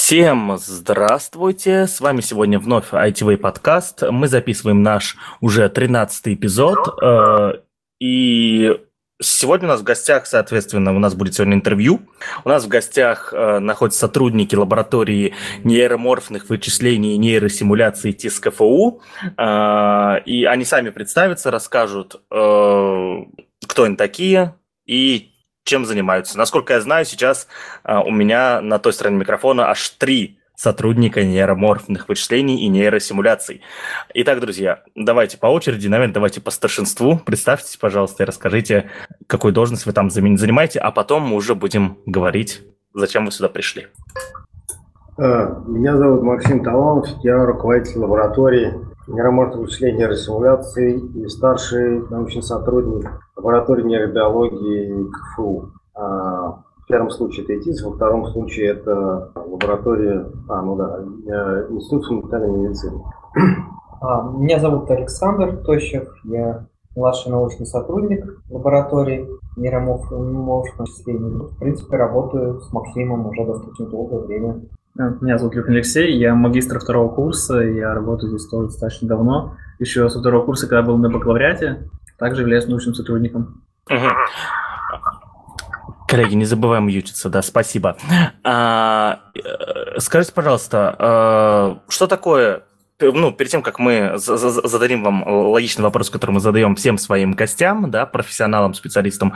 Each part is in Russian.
Всем здравствуйте! С вами сегодня вновь ITV подкаст. Мы записываем наш уже 13-й эпизод. И сегодня у нас в гостях, соответственно, у нас будет сегодня интервью. У нас в гостях находятся сотрудники лаборатории нейроморфных вычислений и нейросимуляции ТИС КФУ. И они сами представятся, расскажут, кто они такие и чем занимаются. Насколько я знаю, сейчас у меня на той стороне микрофона аж 3 сотрудника нейроморфных вычислений и нейросимуляций. Итак, друзья, давайте по очереди, наверное, давайте по старшинству. Представьтесь, пожалуйста, и расскажите, какую должность вы там занимаете, а потом мы уже будем говорить, зачем вы сюда пришли. Меня зовут Максим Таланов, я руководитель лаборатории нейроморфных вычислений и нейросимуляций и старший научный сотрудник лаборатории нейробиологии КФУ. В первом случае это ИТИС, во втором случае это лаборатория, Институт фундаментальной медицины. Меня зовут Александр Тощев, я младший научный сотрудник лаборатории нейроморфных вычислений. В принципе, работаю с Максимом уже достаточно долгое время. Меня зовут Люкин Алексей, я магистр второго курса, я работаю здесь тоже достаточно давно. Еще со второго курса, когда был на бакалавриате, также являюсь научным сотрудником. Коллеги, не забываем мьютиться, да, спасибо. Скажите, пожалуйста, что такое, перед тем, как мы зададим вам логичный вопрос, который мы задаем всем своим гостям, да, профессионалам, специалистам,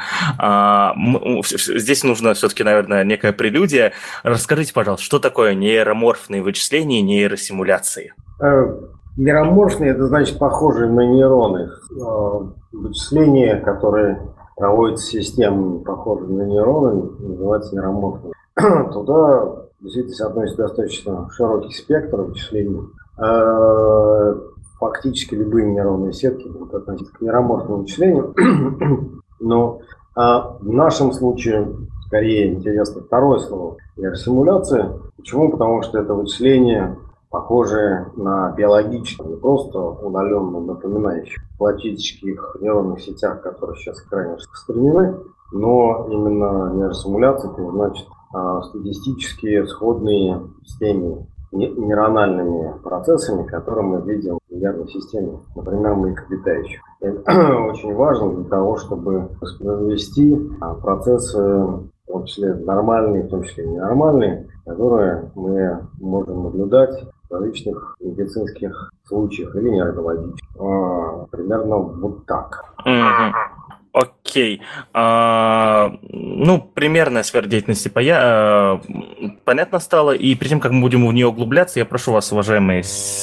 здесь нужно все-таки, наверное, некая прелюдия. Расскажите, пожалуйста, что такое нейроморфные вычисления и нейросимуляции? Нейроморфные – это значит похожие на нейроны. Вычисления, которые проводятся системами, похожими на нейроны, называются нейроморфными. Туда действительно относится достаточно широкий спектр вычислений. Фактически любые нейронные сетки будут относиться к нейроморфным вычислениям. Но в нашем случае скорее интересно второе слово – нейросимуляция. Почему? Потому что это вычисления, похожие на биологические, не просто удаленно напоминающие о классических нейронных сетях, которые сейчас крайне распространены, но именно нейросимуляция, это значит статистически сходные с теми нейрональными процессами, которые мы видим в нервной системе, например, млекопитающих. Это очень важно для того, чтобы воспроизвести процессы, в том числе нормальные, в том числе и ненормальные, которые мы можем наблюдать в различных медицинских случаях или нейробиологических. Примерно вот так. Окей. Примерная сфера деятельности понятно стало. И перед тем, как мы будем в нее углубляться, я прошу вас, уважаемые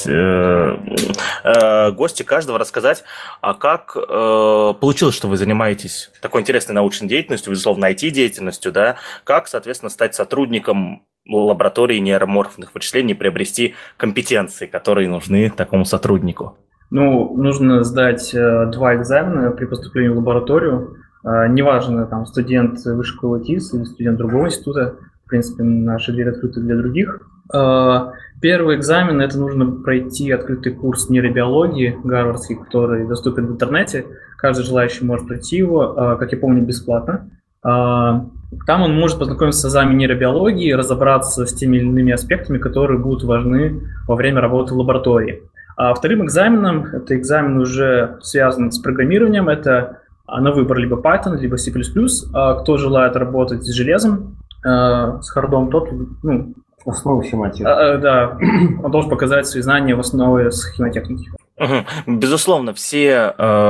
гости, каждого рассказать, как получилось, что вы занимаетесь такой интересной научной деятельностью, безусловно, IT-деятельностью, да, как, соответственно, стать сотрудником лаборатории нейроморфных вычислений и приобрести компетенции, которые нужны такому сотруднику. Нужно сдать 2 экзамена при поступлении в лабораторию. Неважно, там, студент высшей школы ТИС или студент другого института. В принципе, наши двери открыты для других. Первый экзамен – это нужно пройти открытый курс нейробиологии гарвардский, который доступен в интернете. Каждый желающий может пройти его, как я помню, бесплатно. Там он может познакомиться с азами нейробиологии, разобраться с теми или иными аспектами, которые будут важны во время работы в лаборатории. А вторым экзаменом, это экзамен уже связан с программированием, это на выбор либо Python, либо C++. Кто желает работать с железом, с хардом, тот, основы схематики. Да, он должен показать свои знания в основе схемотехники. Безусловно, все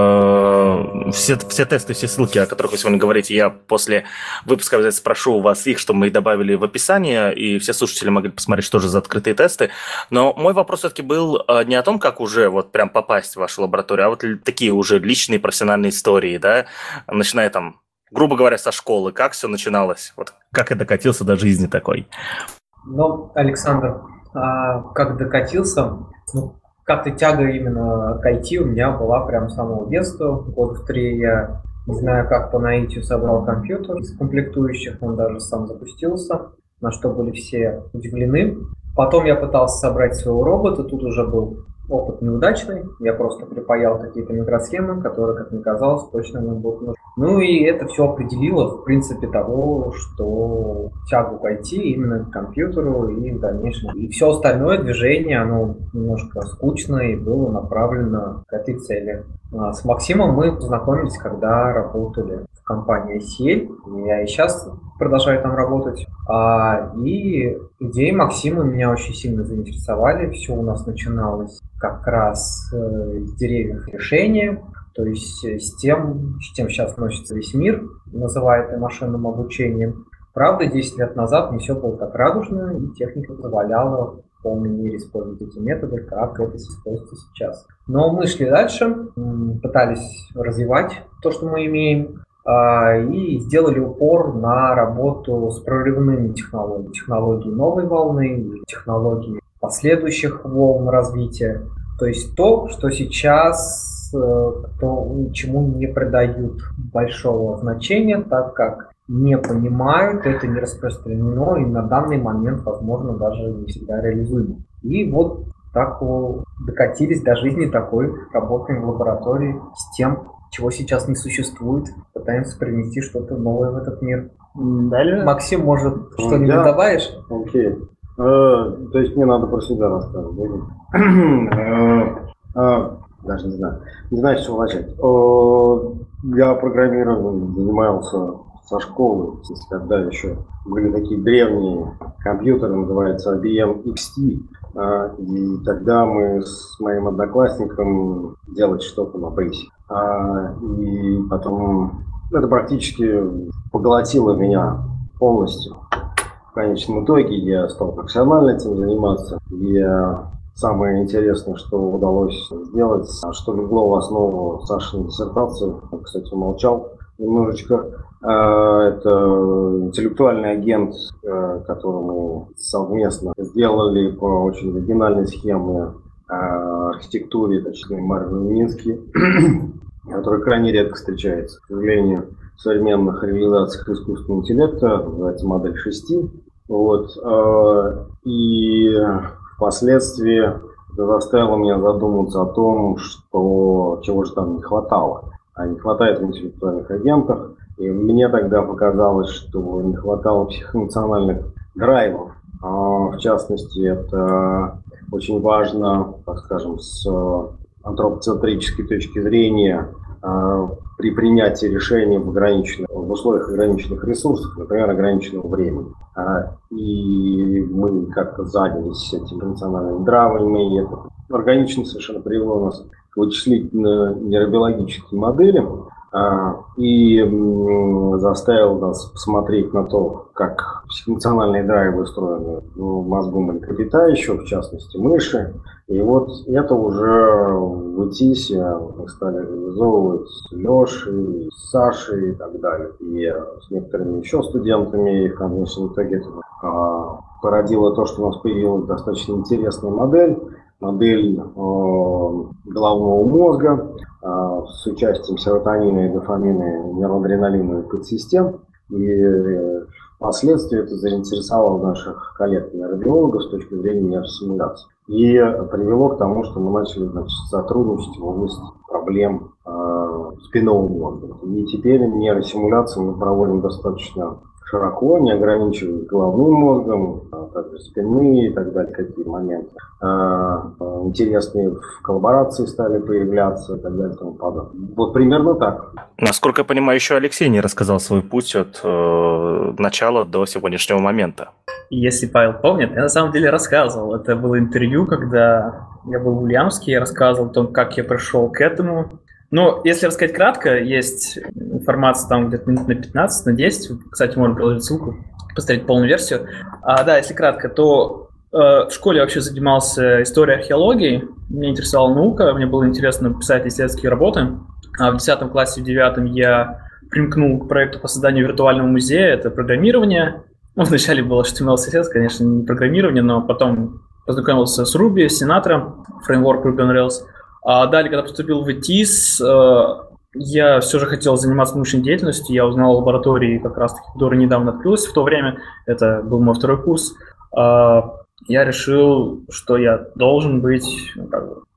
тесты, все ссылки, о которых вы сегодня говорите, я после выпуска обязательно спрошу у вас их, чтобы мы их добавили в описание, и все слушатели могли посмотреть, что же за открытые тесты. Но мой вопрос все-таки был не о том, как уже вот прям попасть в вашу лабораторию, а вот такие уже личные профессиональные истории, да, начиная там, грубо говоря, со школы. Как все начиналось? Вот как я докатился до жизни такой? Александр, как докатился? Как-то тяга именно к IT у меня была прям с самого детства. Года в 3 я, не знаю, как по наитию собрал компьютер из комплектующих, он даже сам запустился, на что были все удивлены. Потом я пытался собрать своего робота, тут уже был опыт неудачный. Я просто припаял какие-то микросхемы, которые, как мне казалось, точно нам будут нужны. Ну и это все определило, в принципе, того, что тягу к IT именно к компьютеру и в дальнейшем. И все остальное движение, оно немножко скучное и было направлено к этой цели. С Максимом мы познакомились, когда работали в компании ICL. Я и сейчас продолжаю там работать. И идеи Максима меня очень сильно заинтересовали. Все у нас начиналось как раз с деревьев решения, то есть с тем, с чем сейчас носится весь мир, называя это машинным обучением. Правда, 10 лет назад не все было так радужно, и техника позволяла в полной мере использовать эти методы, как это используется сейчас. Но мы шли дальше, пытались развивать то, что мы имеем, и сделали упор на работу с прорывными технологиями. Технологии новой волны, технологии последующих волн развития. То есть то, что сейчас чему не придают большого значения, так как не понимают, это не распространено и на данный момент, возможно, даже не всегда реализуемо. И вот так докатились до жизни такой, работаем в лаборатории с тем, чего сейчас не существует, пытаемся привнести что-то новое в этот мир. Далее. Максим, может, что-нибудь добавишь? Окей. То есть мне надо про себя рассказывать. Даже не знаю. Не знаю, с чего начать. Я программированием занимался со школы, когда еще были такие древние компьютеры, называется IBM XT. И тогда мы с моим одноклассником делали что-то на Basic. И потом это практически поглотило меня полностью. В конечном итоге я стал профессионально этим заниматься. Самое интересное, что удалось сделать, что легло в основу Сашиной диссертации, он, кстати, умолчал немножечко, это интеллектуальный агент, который мы совместно сделали по очень оригинальной схеме архитектуре, точнее, Марвин Мински, который крайне редко встречается, к сожалению, в современных реализациях искусственного интеллекта, называется модель 6. И впоследствии это заставило меня задуматься о том, чего же там не хватало. А не хватает в интеллектуальных агентах. И мне тогда показалось, что не хватало психоэмоциональных драйвов. В частности, это очень важно, так скажем, с антропоцентрической точки зрения при принятии решений в условиях ограниченных ресурсов, например, ограниченного времени. И мы как-то занялись этими эмоциональными драйвами, и это органично совершенно привело нас к вычислительно-нейробиологическим моделям и заставил нас посмотреть на то, как психоэмоциональные драйвы устроены в мозгу млекопитающего, в частности мыши. И вот это уже в ИТИСе мы стали реализовывать с Лешей, с Сашей и так далее. И с некоторыми еще студентами. И в конечном итоге это породило то, что у нас появилась достаточно интересная модель головного мозга с участием серотонина и дофамина, норадреналиновых подсистем. И впоследствии это заинтересовало наших коллег-нейробиологов с точки зрения нейросимуляции. И привело к тому, что мы начали сотрудничать в области проблем спинного мозга. И теперь нейросимуляции мы проводим достаточно широко, не ограничиваясь головным мозгом, а также спинные и так далее, какие моменты. Интересные коллаборации стали появляться и так далее и тому подобное. Вот примерно так. Насколько я понимаю, еще Алексей не рассказал свой путь от начала до сегодняшнего момента. Если Павел помнит, я на самом деле рассказывал. Это было интервью, когда я был в Ульяновске, я рассказывал о том, как я пришел к этому. Но если рассказать кратко, есть информация там где-то минут на 15, на 10. Кстати, можно приложить ссылку, посмотреть полную версию. Да, если кратко, то в школе я вообще занимался историей, археологией. Меня интересовала наука, мне было интересно писать исследовательские работы. В 10 классе, в 9 я примкнул к проекту по созданию виртуального музея. Это программирование. Вначале было HTML, CSS, конечно, не программирование, но потом познакомился с Ruby, с Sinatra, фреймворк Ruby on Rails. Далее, когда поступил в ИТИС, я все же хотел заниматься научной деятельностью. Я узнал о лаборатории, как раз-таки, которая недавно открылась в то время. Это был мой второй курс. Я решил, что я должен быть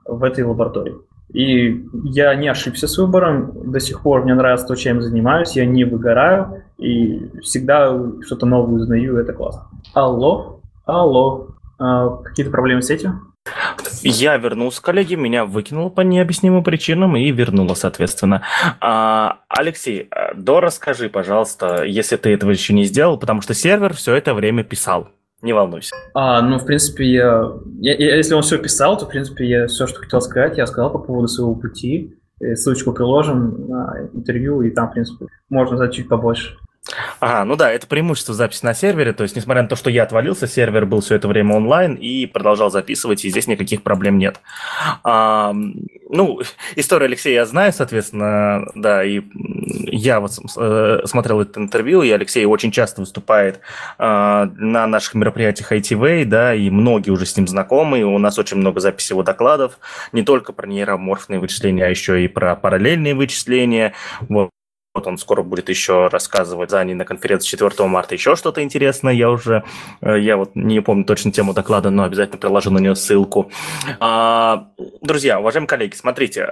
в этой лаборатории. И я не ошибся с выбором, до сих пор мне нравится то, чем я занимаюсь, я не выгораю и всегда что-то новое узнаю, это классно. Алло, какие-то проблемы с этим? Я вернулся, коллеги, меня выкинуло по необъяснимым причинам и вернуло, соответственно. Алексей, расскажи, пожалуйста, если ты этого еще не сделал, потому что сервер все это время писал. Не волнуйся. В принципе, если он все писал, то, в принципе, я все, что хотел сказать, я сказал по поводу своего пути. Ссылочку приложим на интервью, и там, в принципе, можно узнать чуть побольше. Ага, это преимущество записи на сервере, то есть, несмотря на то, что я отвалился, сервер был все это время онлайн и продолжал записывать, и здесь никаких проблем нет. Историю Алексея я знаю, соответственно, да, и я вот смотрел это интервью, и Алексей очень часто выступает на наших мероприятиях ITV, да, и многие уже с ним знакомы, у нас очень много записей его докладов, не только про нейроморфные вычисления, а еще и про параллельные вычисления, вот он скоро будет еще рассказывать за ней на конференции 4 марта еще что-то интересное. Я вот не помню точно тему доклада, но обязательно приложу на нее ссылку. Друзья, уважаемые коллеги, смотрите,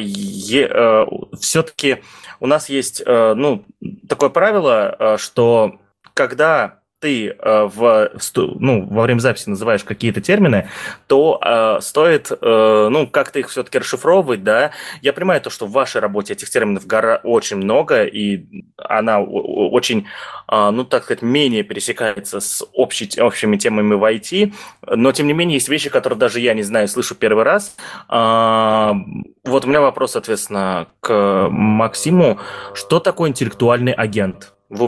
все-таки у нас есть такое правило, что когда ты во время записи называешь какие-то термины, то стоит как-то их все-таки расшифровывать, да. Я понимаю то, что в вашей работе этих терминов очень много, и она очень, так сказать, менее пересекается с общими темами в IT, но, тем не менее, есть вещи, которые даже я не знаю, слышу первый раз. Вот у меня вопрос, соответственно, к Максиму. Что такое интеллектуальный агент? Вы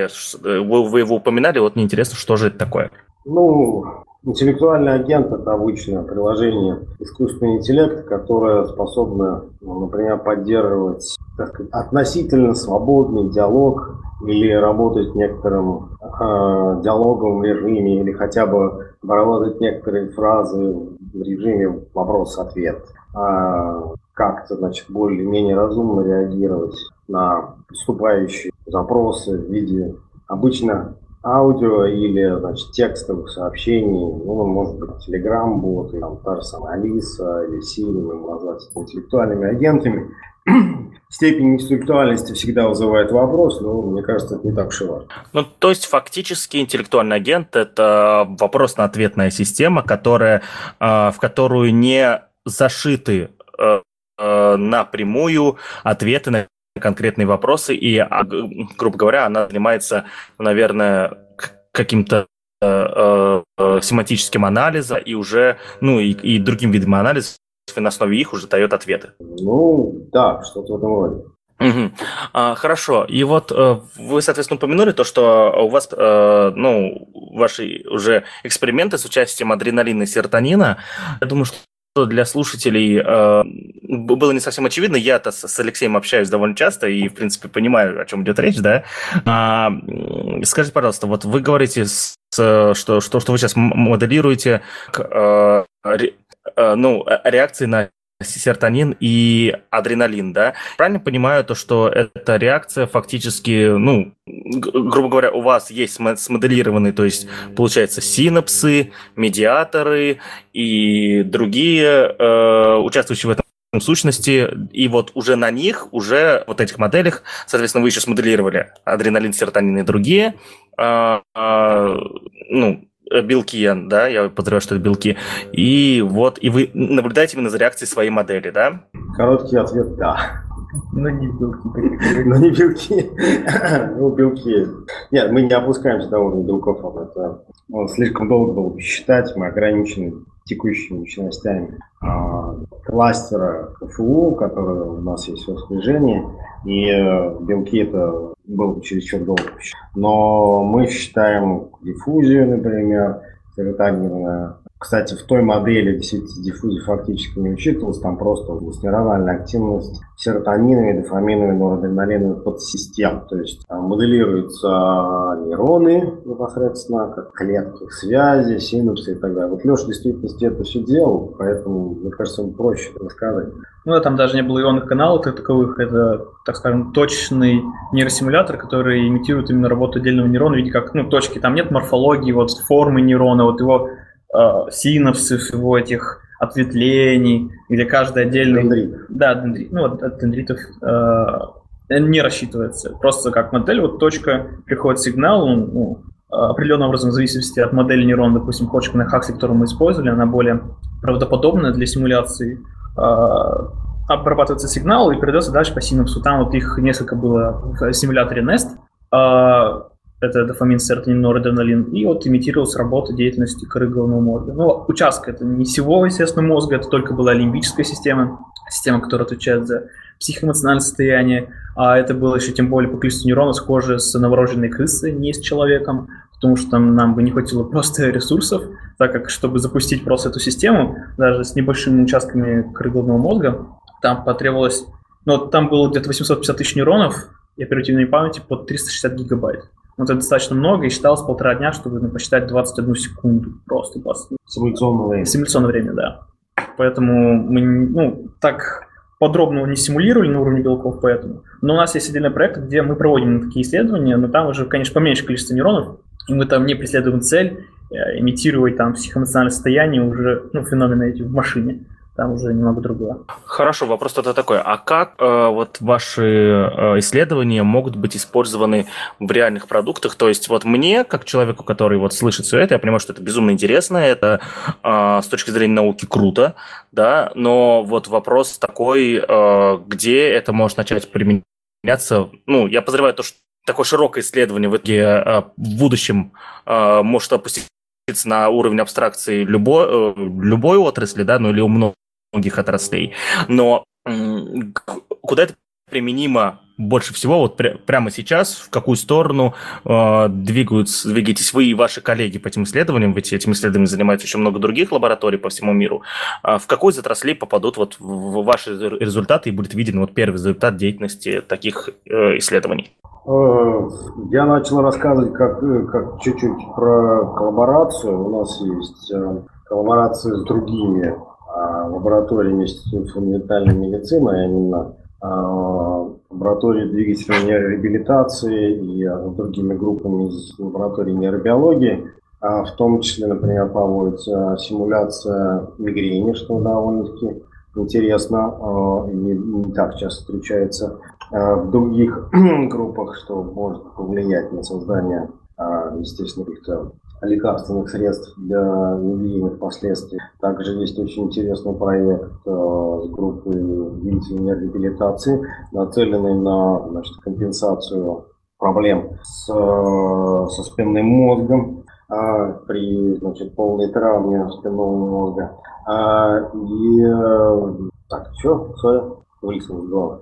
его упоминали, вот мне интересно, что же это такое? Интеллектуальный агент – это обычное приложение искусственного интеллекта, которое способно, например, поддерживать, так сказать, относительно свободный диалог или работать некоторым диалоговом режиме, или хотя бы обработать некоторые фразы в режиме вопрос-ответ. Как-то, более-менее разумно реагировать на поступающие запросы в виде обычно аудио или, текстовых сообщений, может быть, Telegram-бот, та же самая Алиса или Siri, мы назвать интеллектуальными агентами. Степень интеллектуальности всегда вызывает вопрос, но мне кажется, это не так уж и важно. То есть, фактически, интеллектуальный агент – это вопрос-ответная система, в которую не зашиты напрямую ответы на конкретные вопросы, и, грубо говоря, она занимается, наверное, каким-то семантическим анализом и уже, и другим видом анализа, и на основе их уже дает ответы. Да, что-то в этом роде. Угу. Хорошо. И вот вы, соответственно, упомянули то, что у вас, ваши уже эксперименты с участием адреналина и серотонина. Я думаю, что для слушателей было не совсем очевидно. Я-то с Алексеем общаюсь довольно часто и, в принципе, понимаю, о чем идет речь, да? Скажите, пожалуйста, вот вы говорите, что вы сейчас моделируете реакции на серотонин и адреналин, да? Правильно понимаю то, что эта реакция фактически, грубо говоря, у вас есть смоделированные, то есть, получается, синапсы, медиаторы и другие участвующие в этом сущности, и вот уже на них, уже вот этих моделях, соответственно, вы еще смоделировали адреналин, серотонин и другие, белки, да, я подозреваю, что это белки, и вы наблюдаете именно за реакцией своей модели, да? Короткий ответ – да. Но не белки. Но не белки. Белки. Нет, мы не опускаемся до уровня белков. Это слишком долго было бы считать. Мы ограничены текущими мощностями кластера КФУ, который у нас есть в распоряжении. И белки это было бы чересчур долго. Но мы считаем диффузию, например, серотонина. Кстати, в той модели действительно диффузия фактически не учитывалась, там просто нейрональная активность серотониновой, дофаминовой, норадреналиновой подсистем. То есть моделируются нейроны непосредственно, как клетки связи, синапсы и так далее. Вот Леша в действительности это все делал, поэтому, мне кажется, ему проще рассказать. Там даже не было ионных каналов как таковых, это, так скажем, точечный нейросимулятор, который имитирует именно работу отдельного нейрона в виде как, точки, там нет морфологии, формы нейрона, его синапсов, его этих ответвлений, где каждый отдельный... Дендрит. Да, дендрит. Ну, от дендритов не рассчитывается. Просто как модель, вот точка, приходит сигнал, он определенным образом, в зависимости от модели нейрона, допустим, точка на Хаксли, которую мы использовали, она более правдоподобная для симуляции. Обрабатывается сигнал и передается дальше по синапсу. Там вот их несколько было в симуляторе NEST. Это дофамин, серотонин, норадреналин. И вот имитировалась работа деятельности коры головного мозга. Ну, участка это не всего, естественно, мозга, это только была лимбическая система, которая отвечает за психоэмоциональное состояние. А это было еще тем более по количеству нейронов схоже с новорожденной крысой, не с человеком, потому что нам бы не хватило просто ресурсов, так как, чтобы запустить просто эту систему, даже с небольшими участками коры головного мозга, там потребовалось, там было где-то 850 тысяч нейронов и оперативной памяти под 360 гигабайт. Вот это достаточно много, и считалось 1,5 дня, чтобы посчитать 21 секунду. Просто 20. Симуляционное время. Симуляционное время, да. Поэтому мы так подробно не симулировали на уровне белков, поэтому. Но у нас есть отдельный проект, где мы проводим такие исследования, но там уже, конечно, поменьше количество нейронов, и мы там не преследуем цель имитировать там психоэмоциональное состояние уже, феномены эти в машине. Там уже немного другое. Хорошо, вопрос тогда такой. А как вот ваши исследования могут быть использованы в реальных продуктах? То есть вот мне, как человеку, который вот слышит все это, я понимаю, что это безумно интересно, это с точки зрения науки круто, да, но вот вопрос такой, где это может начать применяться? Я подозреваю, то, что такое широкое исследование в итоге в будущем может опуститься на уровень абстракции любой отрасли, да, или у многих отраслей. Но куда это применимо больше всего вот прямо сейчас, в какую сторону двигаетесь вы и ваши коллеги по этим исследованиям, ведь этим исследованием занимаются еще много других лабораторий по всему миру, в какой из отраслей попадут вот в ваши результаты и будет виден вот первый результат деятельности таких исследований? Я начал рассказывать как чуть-чуть про коллаборацию. У нас есть коллаборации с другими лабораториями Института фундаментальной медицины, а именно лаборатории двигательной нейрореабилитации и другими группами из лаборатории нейробиологии. В том числе, например, проводится симуляция мигрени, что довольно-таки интересно и не так часто встречается в других группах, что может повлиять на создание, естественно, каких-то лекарственных средств для невидимых последствий. Также есть очень интересный проект с группой двигательной реабилитации, нацеленный на компенсацию проблем со спинным мозгом при полной травме спинного мозга. Вылетел из головы.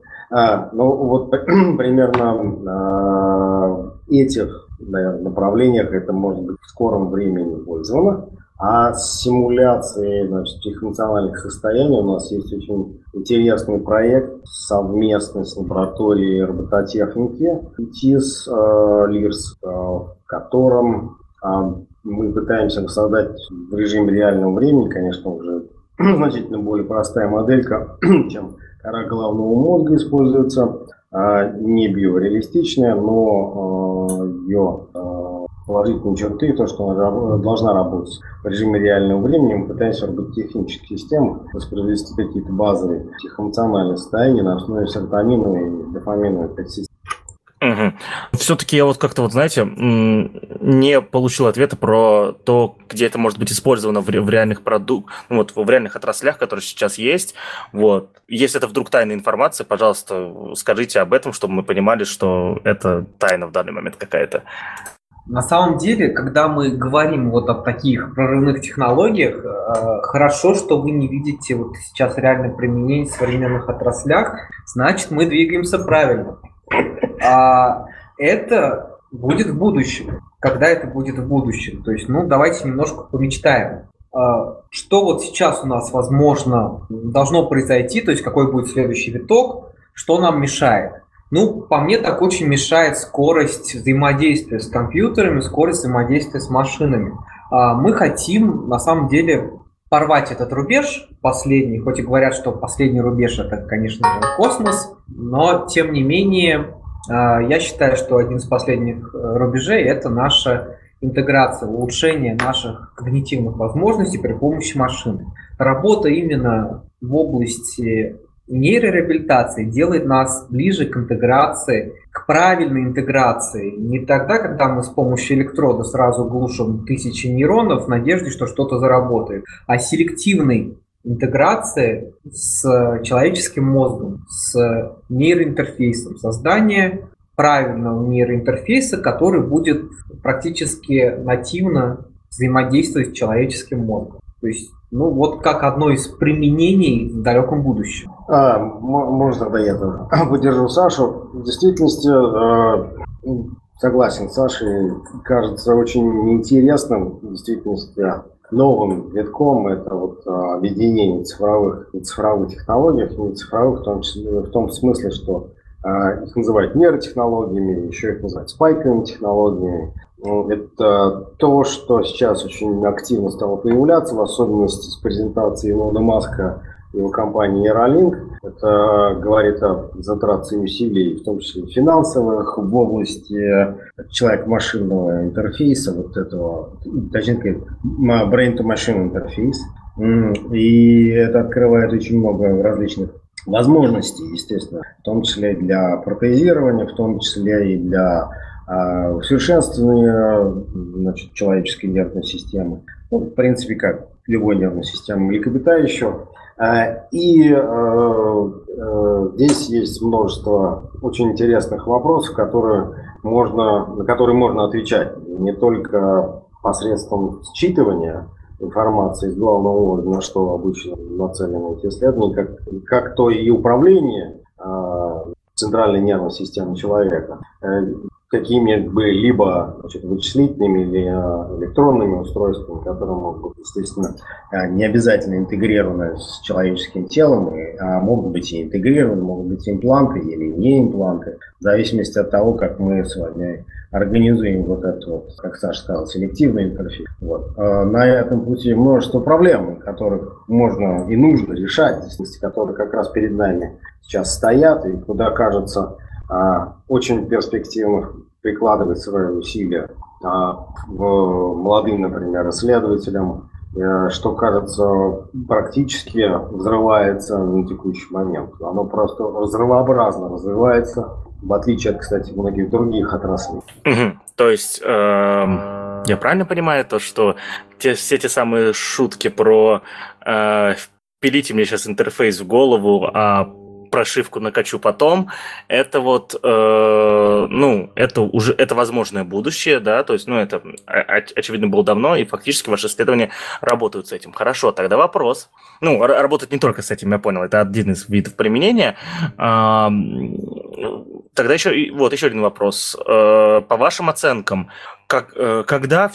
Примерно этих, наверное, направлениях это может быть в скором времени пользовано. А с симуляцией психоэмоциональных состояний у нас есть очень интересный проект совместный с лабораторией робототехники ИТИС ЛИРС, в котором мы пытаемся создать в режиме реального времени, конечно, уже значительно более простая моделька, чем кора головного мозга используется, не биореалистичная, но ее положительные черты, то, что она должна работать в режиме реального времени. Мы пытаемся в робототехнических системах воспроизвести какие-то базовые психоэмоциональные состояния на основе серотонина и дофаминовой подсистемы. Угу. Все-таки я вот как-то, знаете, не получил ответа про то, где это может быть использовано в реальных в реальных отраслях, которые сейчас есть. Вот. Если это вдруг тайная информация, пожалуйста, скажите об этом, чтобы мы понимали, что это тайна в данный момент какая-то. На самом деле, когда мы говорим вот о таких прорывных технологиях, хорошо, что вы не видите вот сейчас реальное применение в современных отраслях, значит, мы двигаемся правильно. А это будет в будущем. Когда это будет в будущем? То есть, давайте немножко помечтаем. Что вот сейчас у нас, возможно, должно произойти, то есть какой будет следующий виток, что нам мешает? По мне так очень мешает скорость взаимодействия с компьютерами, скорость взаимодействия с машинами. Мы хотим, на самом деле, порвать этот рубеж последний, хоть и говорят, что последний рубеж это, конечно, космос, но, тем не менее, я считаю, что один из последних рубежей это наша интеграция, улучшение наших когнитивных возможностей при помощи машины. Работа именно в области нейрореабилитации делает нас ближе к интеграции, к правильной интеграции. Не тогда, когда мы с помощью электрода сразу глушим тысячи нейронов в надежде, что что-то заработает, а селективной интеграции с человеческим мозгом, с нейроинтерфейсом, создание правильного нейроинтерфейса, который будет практически нативно взаимодействовать с человеческим мозгом. То есть, ну вот как одно из применений в далеком будущем. Может, тогда я тоже поддержу Сашу. В действительности, согласен с Сашей, кажется очень интересным, в действительности, новым витком это вот объединение цифровых технологий, не цифровых, в том смысле, что их называют нейротехнологиями, еще их называют спайковыми технологиями. Это то, что сейчас очень активно стало появляться, в особенности с презентацией Илона Маска и его компании Neuralink. Это говорит о концентрации усилий, в том числе финансовых, в области человек-машинного интерфейса, вот этого, точнее, brain-to-machine интерфейс. И это открывает очень много различных возможностей, естественно, в том числе и для протезирования, в том числе и для усовершенствования, значит, человеческой нервной системы. Ну, в принципе, как любой нервной системы млекопитающего. И здесь есть множество очень интересных вопросов, на которые можно отвечать не только посредством считывания информации из головного мозга, на что обычно нацелены эти исследования, как то и управление центральной нервной системой человека, какими-либо вычислительными или электронными устройствами, которые могут быть, естественно, не обязательно интегрированы с человеческим телом, а могут быть и интегрированы, могут быть импланты или не импланты, в зависимости от того, как мы с вами организуем вот этот, вот, как Саша сказал, селективный интерфейс. Вот. На этом пути множество проблем, которых можно и нужно решать, которые как раз перед нами сейчас стоят, и куда, кажется, очень перспективно прикладывать свои усилия молодым, например, исследователям, что, кажется, практически взрывается на текущий момент. Оно просто взрывообразно развивается, в отличие от, кстати, многих других отраслей. То есть, я правильно понимаю то, что все те самые шутки про «пилите мне сейчас интерфейс в голову, а прошивку накачу потом», это вот, это возможное будущее, да, то есть, это очевидно было давно, и фактически ваши исследования работают с этим. Хорошо, тогда вопрос. Работать не только с этим, я понял, это один из видов применения. Тогда еще один вопрос. По вашим оценкам, когда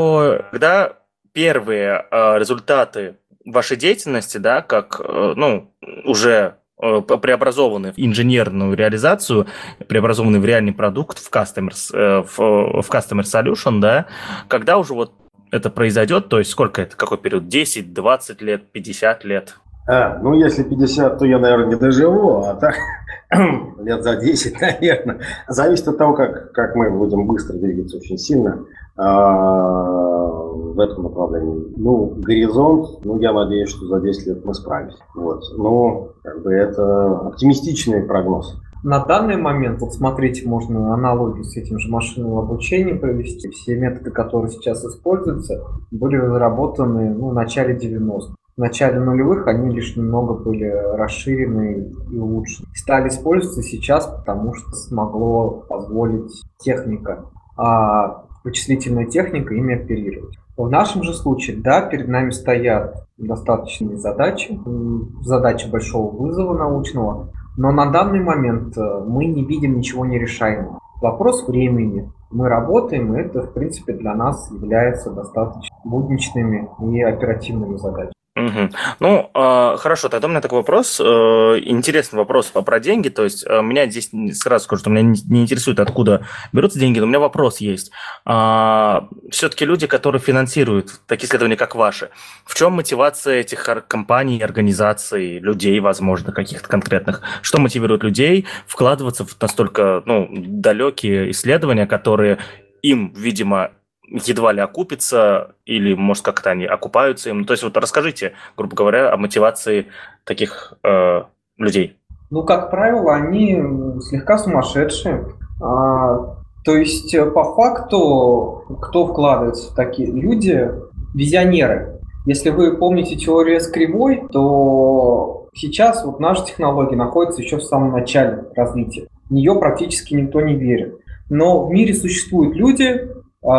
первые результаты вашей деятельности, да, как, уже преобразованные в инженерную реализацию, преобразованные в реальный продукт, в customer solution, да, когда уже вот это произойдет, то есть сколько это, какой период, 10, 20 лет, 50 лет? Если 50, то я, наверное, не доживу, а так лет за 10, наверное. Зависит от того, как мы будем быстро двигаться очень сильно в этом направлении. Горизонт, я надеюсь, что за 10 лет мы справимся. Вот. Это оптимистичный прогноз. На данный момент, вот смотрите, можно аналогию с этим же машинным обучением провести. Все методы, которые сейчас используются, были разработаны в начале 90-х. В начале нулевых они лишь немного были расширены и улучшены. Стали использоваться сейчас, потому что смогло позволить техника, вычислительная техника ими оперировать. В нашем же случае, да, перед нами стоят достаточные задачи большого вызова научного, но на данный момент мы не видим ничего нерешаемого. Вопрос времени. Мы работаем, и это, в принципе, для нас является достаточно будничными и оперативными задачами. Хорошо, тогда у меня такой вопрос, интересный вопрос про деньги, то есть меня здесь сразу скажу, что меня не интересует, откуда берутся деньги, но у меня вопрос есть. Все-таки люди, которые финансируют такие исследования, как ваши, в чем мотивация этих компаний, организаций, людей, возможно, каких-то конкретных? Что мотивирует людей вкладываться в настолько далекие исследования, которые им, видимо, едва ли окупится, или, может, как-то они окупаются им. То есть вот расскажите, грубо говоря, о мотивации таких людей. Ну, как правило, они слегка сумасшедшие. То есть, по факту, кто вкладывается в такие люди? Визионеры. Если вы помните теорию с кривой, то сейчас вот наша технология находится еще в самом начале развития. В нее практически никто не верит. Но в мире существуют люди,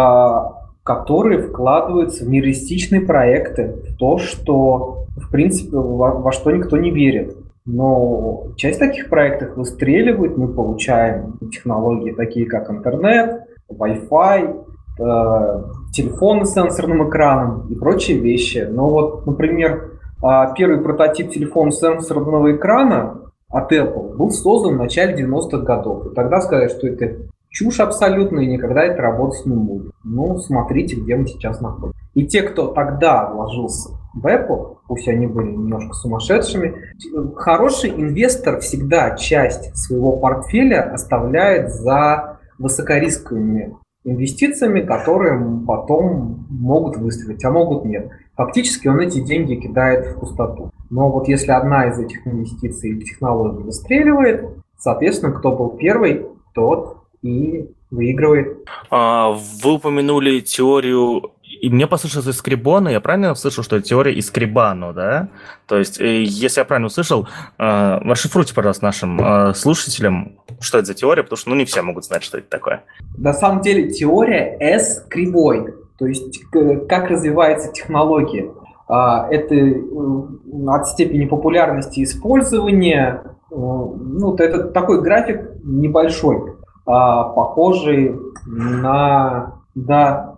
которые вкладываются в нереалистичные проекты, в то, что, в принципе, во что никто не верит. Но часть таких проектов выстреливает, мы получаем технологии такие, как интернет, Wi-Fi, телефоны с сенсорным экраном и прочие вещи. Но вот, например, первый прототип телефона сенсорного экрана от Apple был создан в начале 90-х годов. И тогда сказали, что это чушь абсолютная и никогда это работать не будет. Ну, смотрите, где мы сейчас находимся. И те, кто тогда вложился в Apple, пусть они были немножко сумасшедшими, хороший инвестор всегда часть своего портфеля оставляет за высокорисковыми инвестициями, которые потом могут выстрелить, а могут нет. Фактически он эти деньги кидает в пустоту. Но вот если одна из этих инвестиций или технологий выстреливает, соответственно, кто был первый, тот и выигрывает. Вы упомянули теорию, и мне послышалось Искрибона, я правильно услышал, что это теория Искрибано, да? То есть, если я правильно услышал, расшифруйте, пожалуйста, нашим слушателям, что это за теория, потому что не все могут знать, что это такое. На самом деле теория S кривой, то есть как развивается технология. Это от степени популярности использования, ну, это такой график небольшой, похожий на, да,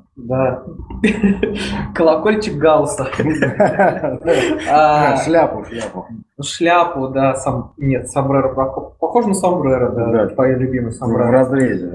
колокольчик Гаусса. Шляпу. Шляпу, да, сомбреро. Похоже на сомбреро, да, твои любимые сомбреро. В разрезе.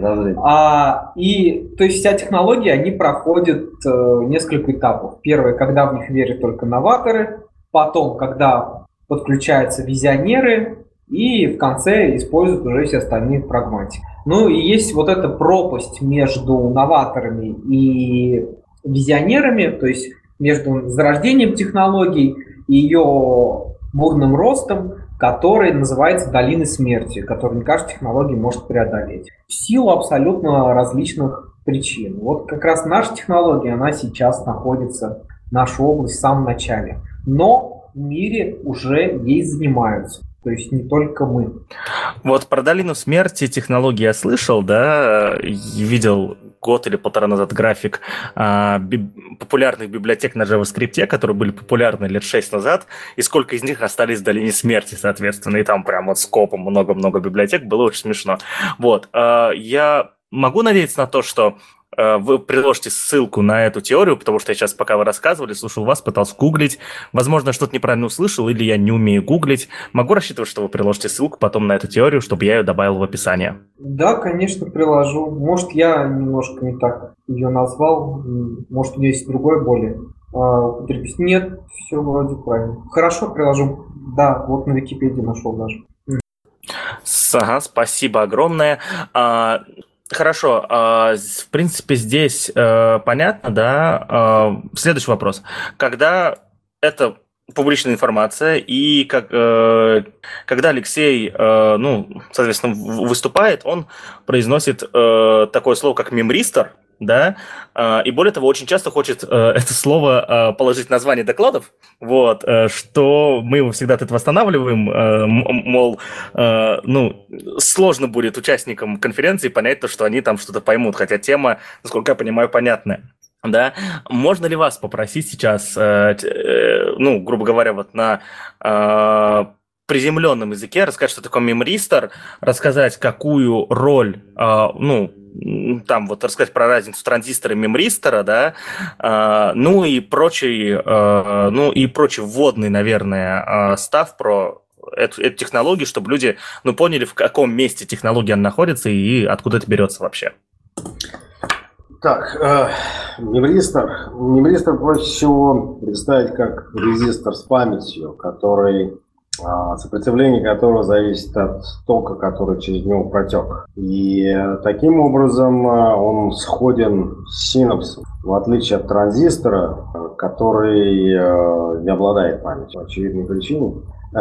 И, то есть, вся технология, они проходят несколько этапов. Первое, когда в них верят только новаторы, потом, когда подключаются визионеры, и в конце используют уже все остальные прагматики. Ну и есть вот эта пропасть между новаторами и визионерами, то есть между зарождением технологий и ее бурным ростом, который называется долиной смерти, который не каждая технология может преодолеть. В силу абсолютно различных причин. Вот как раз наша технология, она сейчас находится, наша область в самом начале. Но в мире уже ей занимаются. То есть не только мы. Вот про долину смерти технологии я слышал, да, видел год или полтора назад график популярных библиотек на JavaScript, которые были популярны лет 6 назад, и сколько из них остались в долине смерти, соответственно, и там прям вот скопом много-много библиотек, было очень смешно. Вот, я могу надеяться на то, что вы приложите ссылку на эту теорию, потому что я сейчас, пока вы рассказывали, слушал вас, пытался гуглить. Возможно, что-то неправильно услышал, или я не умею гуглить. Могу рассчитывать, что вы приложите ссылку потом на эту теорию, чтобы я ее добавил в описание? Да, конечно, приложу. Может, я немножко не так ее назвал. Может, у меня есть другое более. Нет, все вроде правильно. Хорошо, приложу. Да, вот на Википедии нашел даже. Ага, спасибо огромное. Хорошо, в принципе, здесь понятно, да. Следующий вопрос. Когда это публичная информация, и когда Алексей, соответственно, выступает, он произносит такое слово, как мемристер, да, и более того, очень часто хочет это слово положить в название докладов, вот, что мы его всегда от этого останавливаем, мол, сложно будет участникам конференции понять то, что они там что-то поймут, хотя тема, насколько я понимаю, понятная. Да, можно ли вас попросить сейчас, грубо говоря, вот на приземленном языке рассказать, что такое мемристер, рассказать, какую роль, там вот рассказать про разницу транзистора и мемристера, да, и прочий вводный, наверное, став про эту технологию, чтобы люди, поняли, в каком месте технология находится и откуда это берется вообще. Так, мемристер проще всего представить как резистор с памятью, который сопротивление которого зависит от тока, который через него протек. И таким образом он сходен с синапсом, в отличие от транзистора, который не обладает памятью по очевидной причине.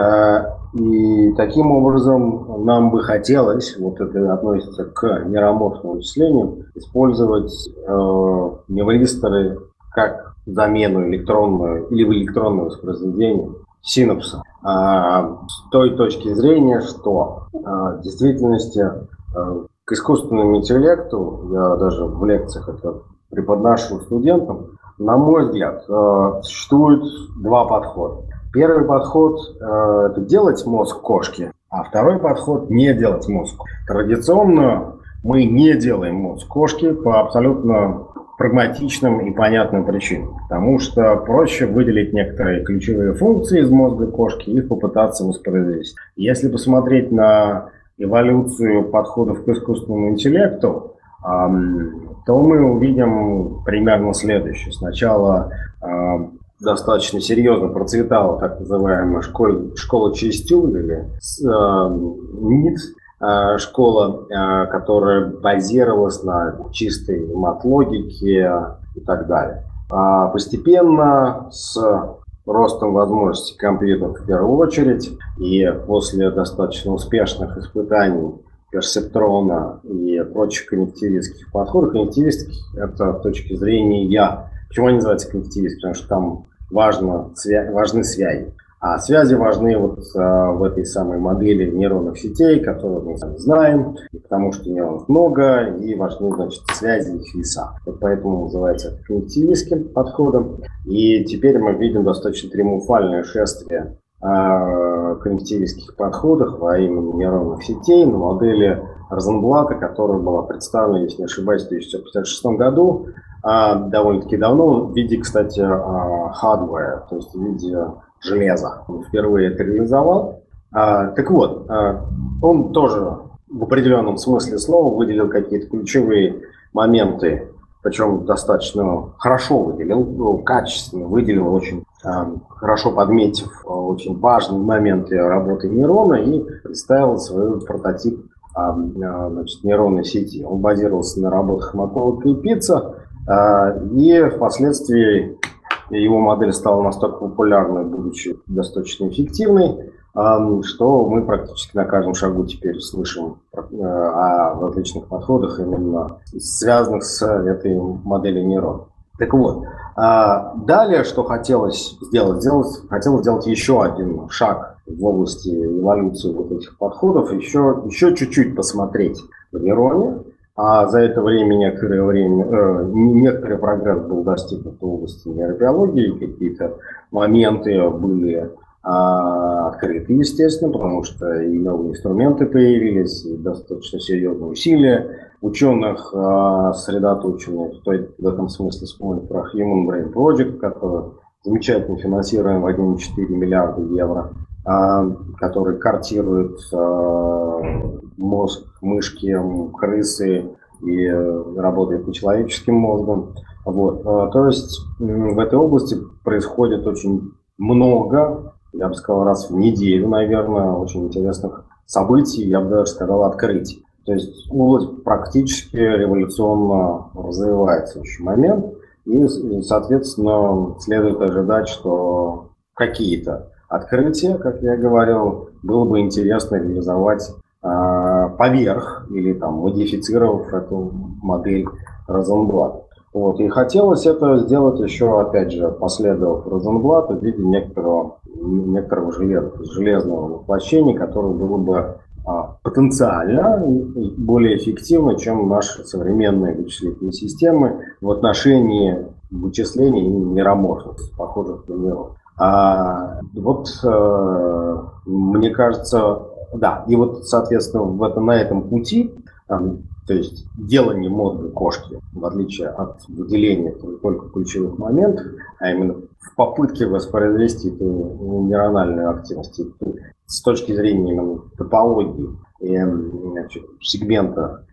И таким образом нам бы хотелось, вот это относится к нейроморфным вычислениям, использовать невристоры как замену электронную или в электронное воспроизведение синапса. С той точки зрения, что в действительности к искусственному интеллекту, я даже в лекциях это преподношу студентам, на мой взгляд, существует два подхода. Первый подход – это делать мозг кошки, а второй подход – не делать мозг. Традиционно мы не делаем мозг кошки по абсолютно прагматичным и понятным причинам. Потому что проще выделить некоторые ключевые функции из мозга кошки и попытаться воспроизвести. Если посмотреть на эволюцию подходов к искусственному интеллекту, то мы увидим примерно следующее. Сначала достаточно серьезно процветала так называемая школа Чистюль или НИТ, школа, которая базировалась на чистой мат-логике и так далее. Постепенно с ростом возможностей компьютеров в первую очередь и после достаточно успешных испытаний персептрона и прочих коннективистских подходов, коннективистских это с точки зрения почему они называются коннективистами, потому что там важны связи. А связи важны вот в этой самой модели нейронных сетей, которую мы знаем, потому что нейронов много, и важны, значит, связи их веса. Вот поэтому называется это коннективистским подходом. И теперь мы видим достаточно триумфальное шествие коннективистских подходов во имя нейронных сетей на модели Розенблата, которая была представлена, если не ошибаюсь, в 1956 году, довольно-таки давно, в виде, кстати, hardware, то есть в виде железа. Он впервые это реализовал. Так вот, он тоже в определенном смысле слова выделил какие-то ключевые моменты, причем достаточно хорошо выделил, качественно выделил, очень хорошо подметив очень важные моменты работы нейрона и представил свой прототип нейронной сети. Он базировался на работах Макколока и Питца, и впоследствии его модель стала настолько популярной, будучи достаточно эффективной, что мы практически на каждом шагу теперь слышим о различных подходах, именно связанных с этой моделью нейрона. Так вот, далее, что хотелось сделать еще один шаг в области эволюции вот этих подходов, еще чуть-чуть посмотреть в нейроне. А за это время некоторый прогресс был достигнут в области нейробиологии, какие-то моменты были открыты, естественно, потому что и новые инструменты появились, и достаточно серьезные усилия ученых сосредоточены. В этом смысле вспомнить про Human Brain Project, который замечательно финансируем в 1,4 миллиарда евро, который картирует мозг мышки, крысы и работает нечеловеческим мозгом. Вот. То есть в этой области происходит очень много, я бы сказал, раз в неделю, наверное, очень интересных событий, я бы даже сказал, открытий. То есть область практически революционно развивается в следующий момент, и, соответственно, следует ожидать, что какие-то открытия, как я говорил, было бы интересно реализовать поверх или там модифицировав эту модель Розенблата. Вот. И хотелось это сделать еще, опять же, последовав Розенблата в виде некоторого железного воплощения, которое было бы потенциально более эффективно, чем наши современные вычислительные системы в отношении вычислений нейроморфных, похожих на нейрон. Мне кажется, да, и вот, соответственно, на этом пути, то есть делание мозга кошки, в отличие от выделения только ключевых моментов, а именно в попытке воспроизвести эту нейрональную активность с точки зрения именно топологии и сегмента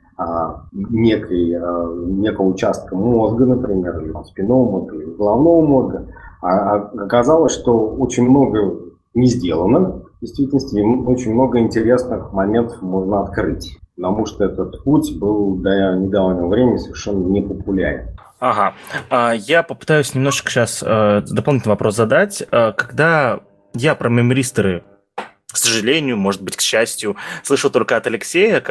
некого участка мозга, например, или спинного мозга, или головного мозга, оказалось, что очень много не сделано, в действительности очень много интересных моментов можно открыть, потому что этот путь был до недавнего времени совершенно не популярен. Ага. Я попытаюсь немножечко сейчас дополнительный вопрос задать. Когда я про мемристоры, к сожалению, может быть, к счастью, слышал только от Алексея,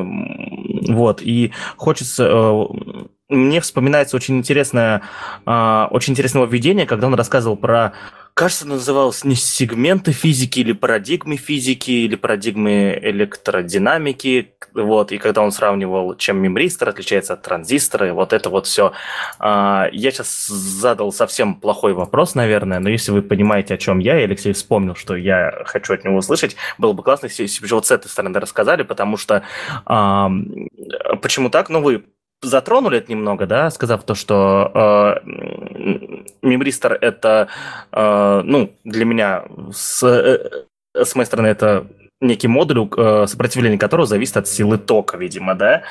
и хочется... Мне вспоминается очень интересное введение, когда он рассказывал про, кажется, называлось не сегменты физики или парадигмы электродинамики, и когда он сравнивал, чем мемристор отличается от транзистора, и вот это вот все. Я сейчас задал совсем плохой вопрос, наверное, но если вы понимаете, о чем я, и Алексей вспомнил, что я хочу от него услышать, было бы классно, если вы вот с этой стороны рассказали, потому что почему так? Вы затронули это немного, да, сказав то, что мемристор это, для меня, с моей стороны, это некий модуль, сопротивление которого зависит от силы тока, видимо, да,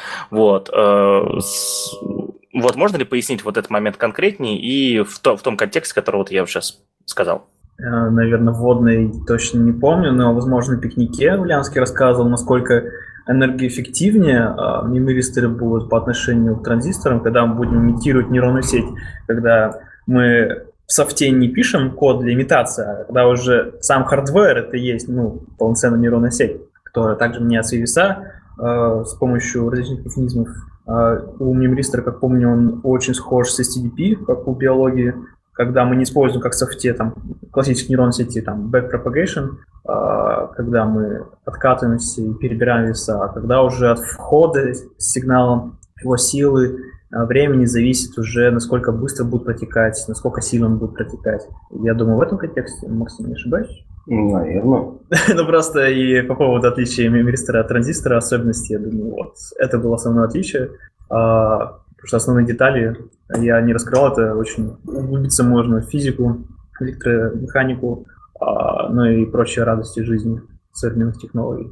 можно ли пояснить вот этот момент конкретнее и в том контексте, который я сейчас сказал? Наверное, вводный точно не помню, но, возможно, на пикнике Ульянский рассказывал, насколько энергоэффективнее мемристоры будут по отношению к транзисторам, когда мы будем имитировать нейронную сеть, когда мы в софте не пишем код для имитации, а когда уже сам хардвер это есть полноценная нейронная сеть, которая также меняет свои веса с помощью различных механизмов. У мемристора, как помню, он очень схож с STDP, как у биологии, когда мы не используем как в софте классические нейронные сети, backpropagation, когда мы откатываемся и перебираем веса, а когда уже от входа сигнала, его силы, времени зависит уже, насколько быстро будет протекать, насколько сильно он будет протекать. Я думаю, в этом контексте, Максим, не ошибаюсь? Наверное. Просто и по поводу отличия мемристора от транзистора, особенности, я думаю, это было основное отличие. Потому что основные детали я не раскрывал, это очень углубиться можно в физику, электромеханику, и прочие радости жизни современных технологий.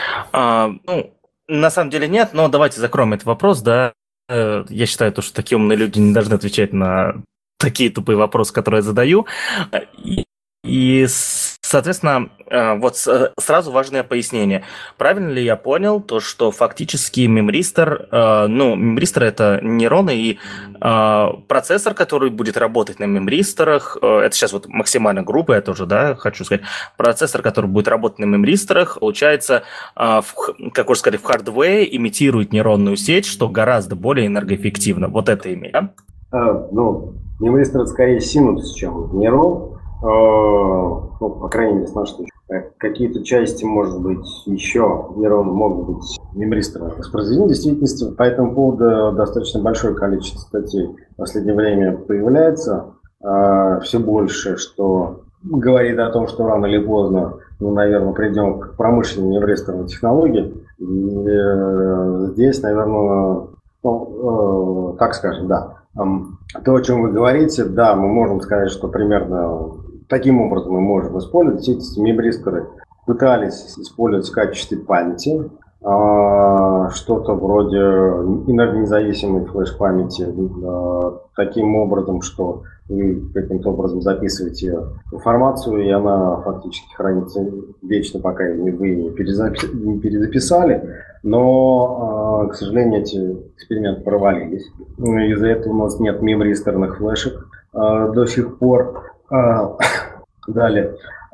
На самом деле нет, но давайте закроем этот вопрос, да. Я считаю, что такие умные люди не должны отвечать на такие тупые вопросы, которые я задаю. И соответственно, сразу важное пояснение. Правильно ли я понял то, что фактически мемристор это нейроны и процессор, который будет работать на мемристорах, это сейчас максимально грубо, я тоже, хочу сказать, процессор, который будет работать на мемристорах, получается, как уже сказали, в хардвее имитирует нейронную сеть, что гораздо более энергоэффективно. Вот это имеет, да? Мемристор это скорее синапс, чем нейрон. По крайней мере, с нашей точки. Какие-то части, может быть, еще нейроны могут быть мемристорно воспроизведены. В действительности, по этому поводу достаточно большое количество статей в последнее время появляется. Все больше, что говорит о том, что рано или поздно, наверное, придем к промышленной мемристорной технологии. И здесь, наверное, так скажем, да. То, о чем вы говорите, да, мы можем сказать, что примерно таким образом мы можем использовать. Все эти мемристоры пытались использовать в качестве памяти, что-то вроде энергонезависимой флеш-памяти, таким образом, что вы каким-то образом записываете информацию, и она фактически хранится вечно, пока вы не перезаписали. Но, к сожалению, эти эксперименты провалились. Из-за этого у нас нет мемристорных флешек до сих пор. Далее.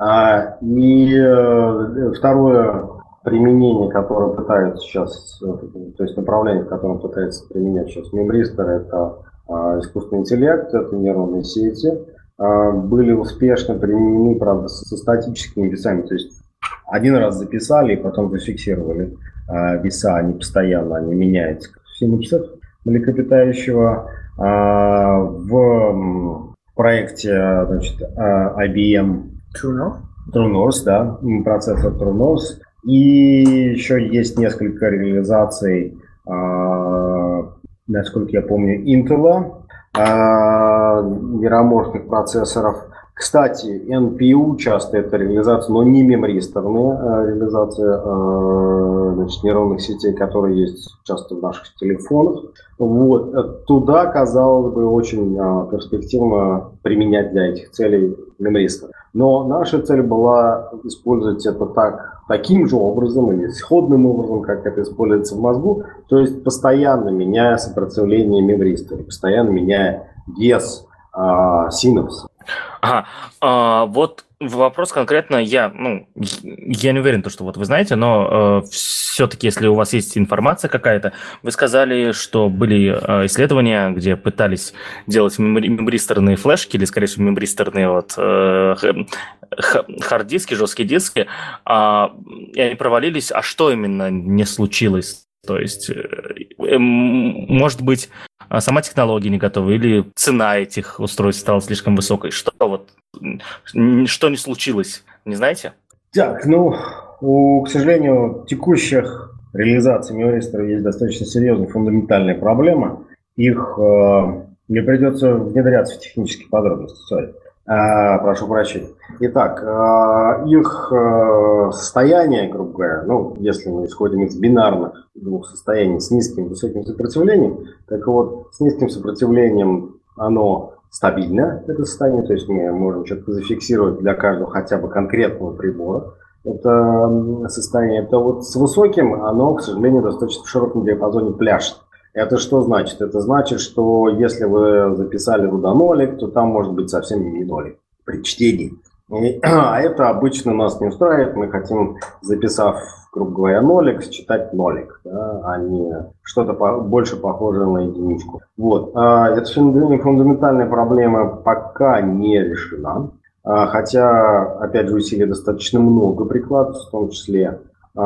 И второе применение, которое пытаются сейчас, то есть направление, в котором пытаются применять сейчас мемристор, это искусственный интеллект, это нейронные сети. Были успешно применены, правда, со статическими весами, то есть один раз записали и потом зафиксировали веса, они постоянно меняются. Синапсов млекопитающего в проекте IBM True North, да, процессор True North. И еще есть несколько реализаций, насколько я помню, Intel, мироморфных процессоров. Кстати, NPU часто это реализация, но не мемристорная реализация значит, нейронных сетей, которые есть часто в наших телефонах. Вот. Туда, казалось бы, очень перспективно применять для этих целей мемристор. Но наша цель была использовать это таким же образом или сходным образом, как это используется в мозгу, то есть постоянно меняя сопротивление мемристора, постоянно меняя вес синапса. Ага, вот вопрос конкретно я не уверен, что вот вы знаете, но все-таки, если у вас есть информация какая-то, вы сказали, что были исследования, где пытались делать мембристорные флешки, или, скорее всего, мембристорные хард-диски, жесткие диски, и они провалились. А что именно не случилось? То есть, может быть, сама технология не готова, или цена этих устройств стала слишком высокой? Что не случилось, не знаете? Так, к сожалению, текущих реализаций мемристоров есть достаточно серьезная фундаментальная проблема. Их мне придется внедряться в технические подробности. Прошу прощения. Итак, их состояние, грубо говоря, если мы исходим из бинарных двух состояний с низким и высоким сопротивлением, так вот, с низким сопротивлением оно стабильно, это состояние, то есть мы можем четко зафиксировать для каждого хотя бы конкретного прибора это состояние. Это вот с высоким оно, к сожалению, достаточно в широком диапазоне пляшет. Это что значит? Это значит, что если вы записали туда нолик, то там может быть совсем не нолик при чтении. А это обычно нас не устраивает. Мы хотим, записав, грубо говоря, нолик, считать нолик, да, а не что-то больше похожее на единичку. Вот. Эта фундаментальная проблема пока не решена. Хотя, опять же, усилий достаточно много прикладывается, в том числе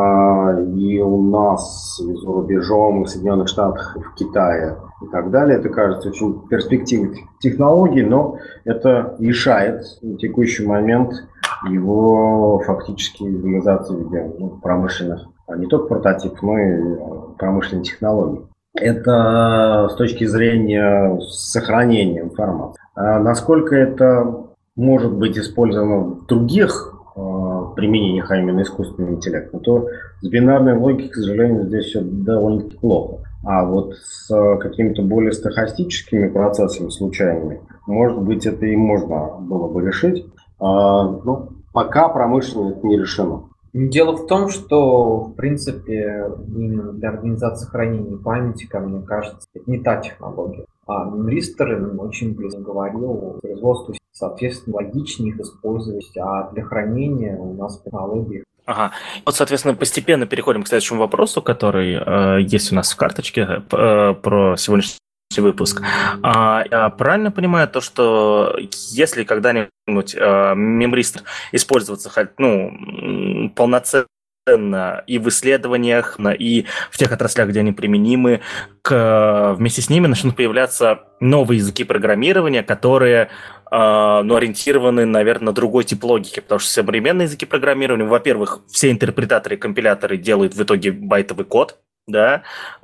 и у нас, и за рубежом, и в Соединенных Штатах, и в Китае, и так далее. Это кажется очень перспективной технологией, но это мешает в текущий момент его фактически реализации в виде промышленных, не только прототипов, но и промышленных технологий. Это с точки зрения сохранения информации. Насколько это может быть использовано в других применениях, а именно искусственного интеллекта, то с бинарной логикой, к сожалению, здесь все довольно-таки плохо. А вот с какими-то более стохастическими процессами случайными, может быть, это и можно было бы решить. Но пока промышленно это не решено. Дело в том, что, в принципе, именно для организации хранения памяти, как мне кажется, это не та технология. А мемристор очень близко говорил, производство, соответственно, логичнее их использовать, а для хранения у нас технологии. Ага. Вот, соответственно, постепенно переходим к следующему вопросу, который есть у нас в карточке про сегодняшний выпуск. Я правильно понимаю то, что если когда-нибудь мемристор использоваться полноценно и в исследованиях, и в тех отраслях, где они применимы, вместе с ними начнут появляться новые языки программирования, которые ориентированы, наверное, на другой тип логики, потому что современные языки программирования, во-первых, все интерпретаторы и компиляторы делают в итоге байтовый код, да,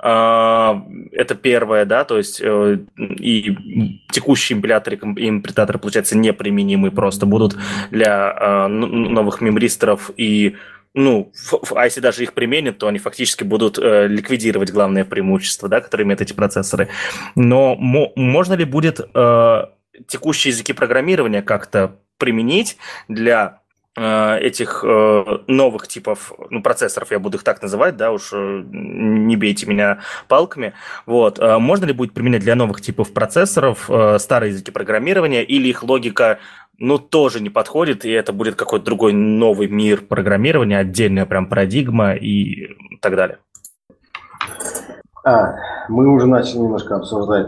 это первое, да, то есть и текущие имплементаторы, получается, неприменимы, просто будут для новых мемристоров, и а если даже их применят, то они фактически будут ликвидировать главное преимущество, да, которые имеют эти процессоры. Но можно ли будет текущие языки программирования как-то применить для этих новых типов процессоров, я буду их так называть, да, уж не бейте меня палками. Вот. Можно ли будет применять для новых типов процессоров старые языки программирования, или их логика тоже не подходит, и это будет какой-то другой новый мир программирования, отдельная прям парадигма и так далее? Мы уже начали немножко обсуждать.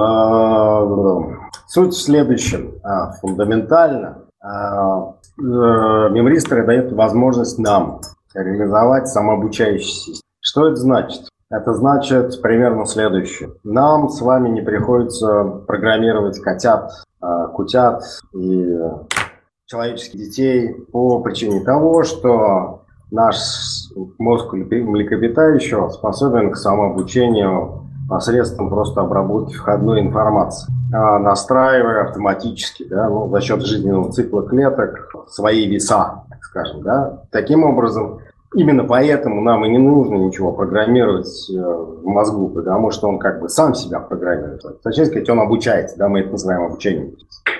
Суть в следующем. Фундаментально мемристоры дают возможность нам реализовать самообучающийся систему. Что это значит? Это значит примерно следующее. Нам с вами не приходится программировать котят, кутят и человеческих детей по причине того, что наш мозг млекопитающего способен к самообучению посредством просто обработки входной информации, настраивая автоматически, да, ну, за счет жизненного цикла клеток свои веса, так скажем. Да. Таким образом, именно поэтому нам и не нужно ничего программировать в мозгу, потому что он как бы сам себя программирует. Точнее сказать, он обучается, да, мы это называем обучением.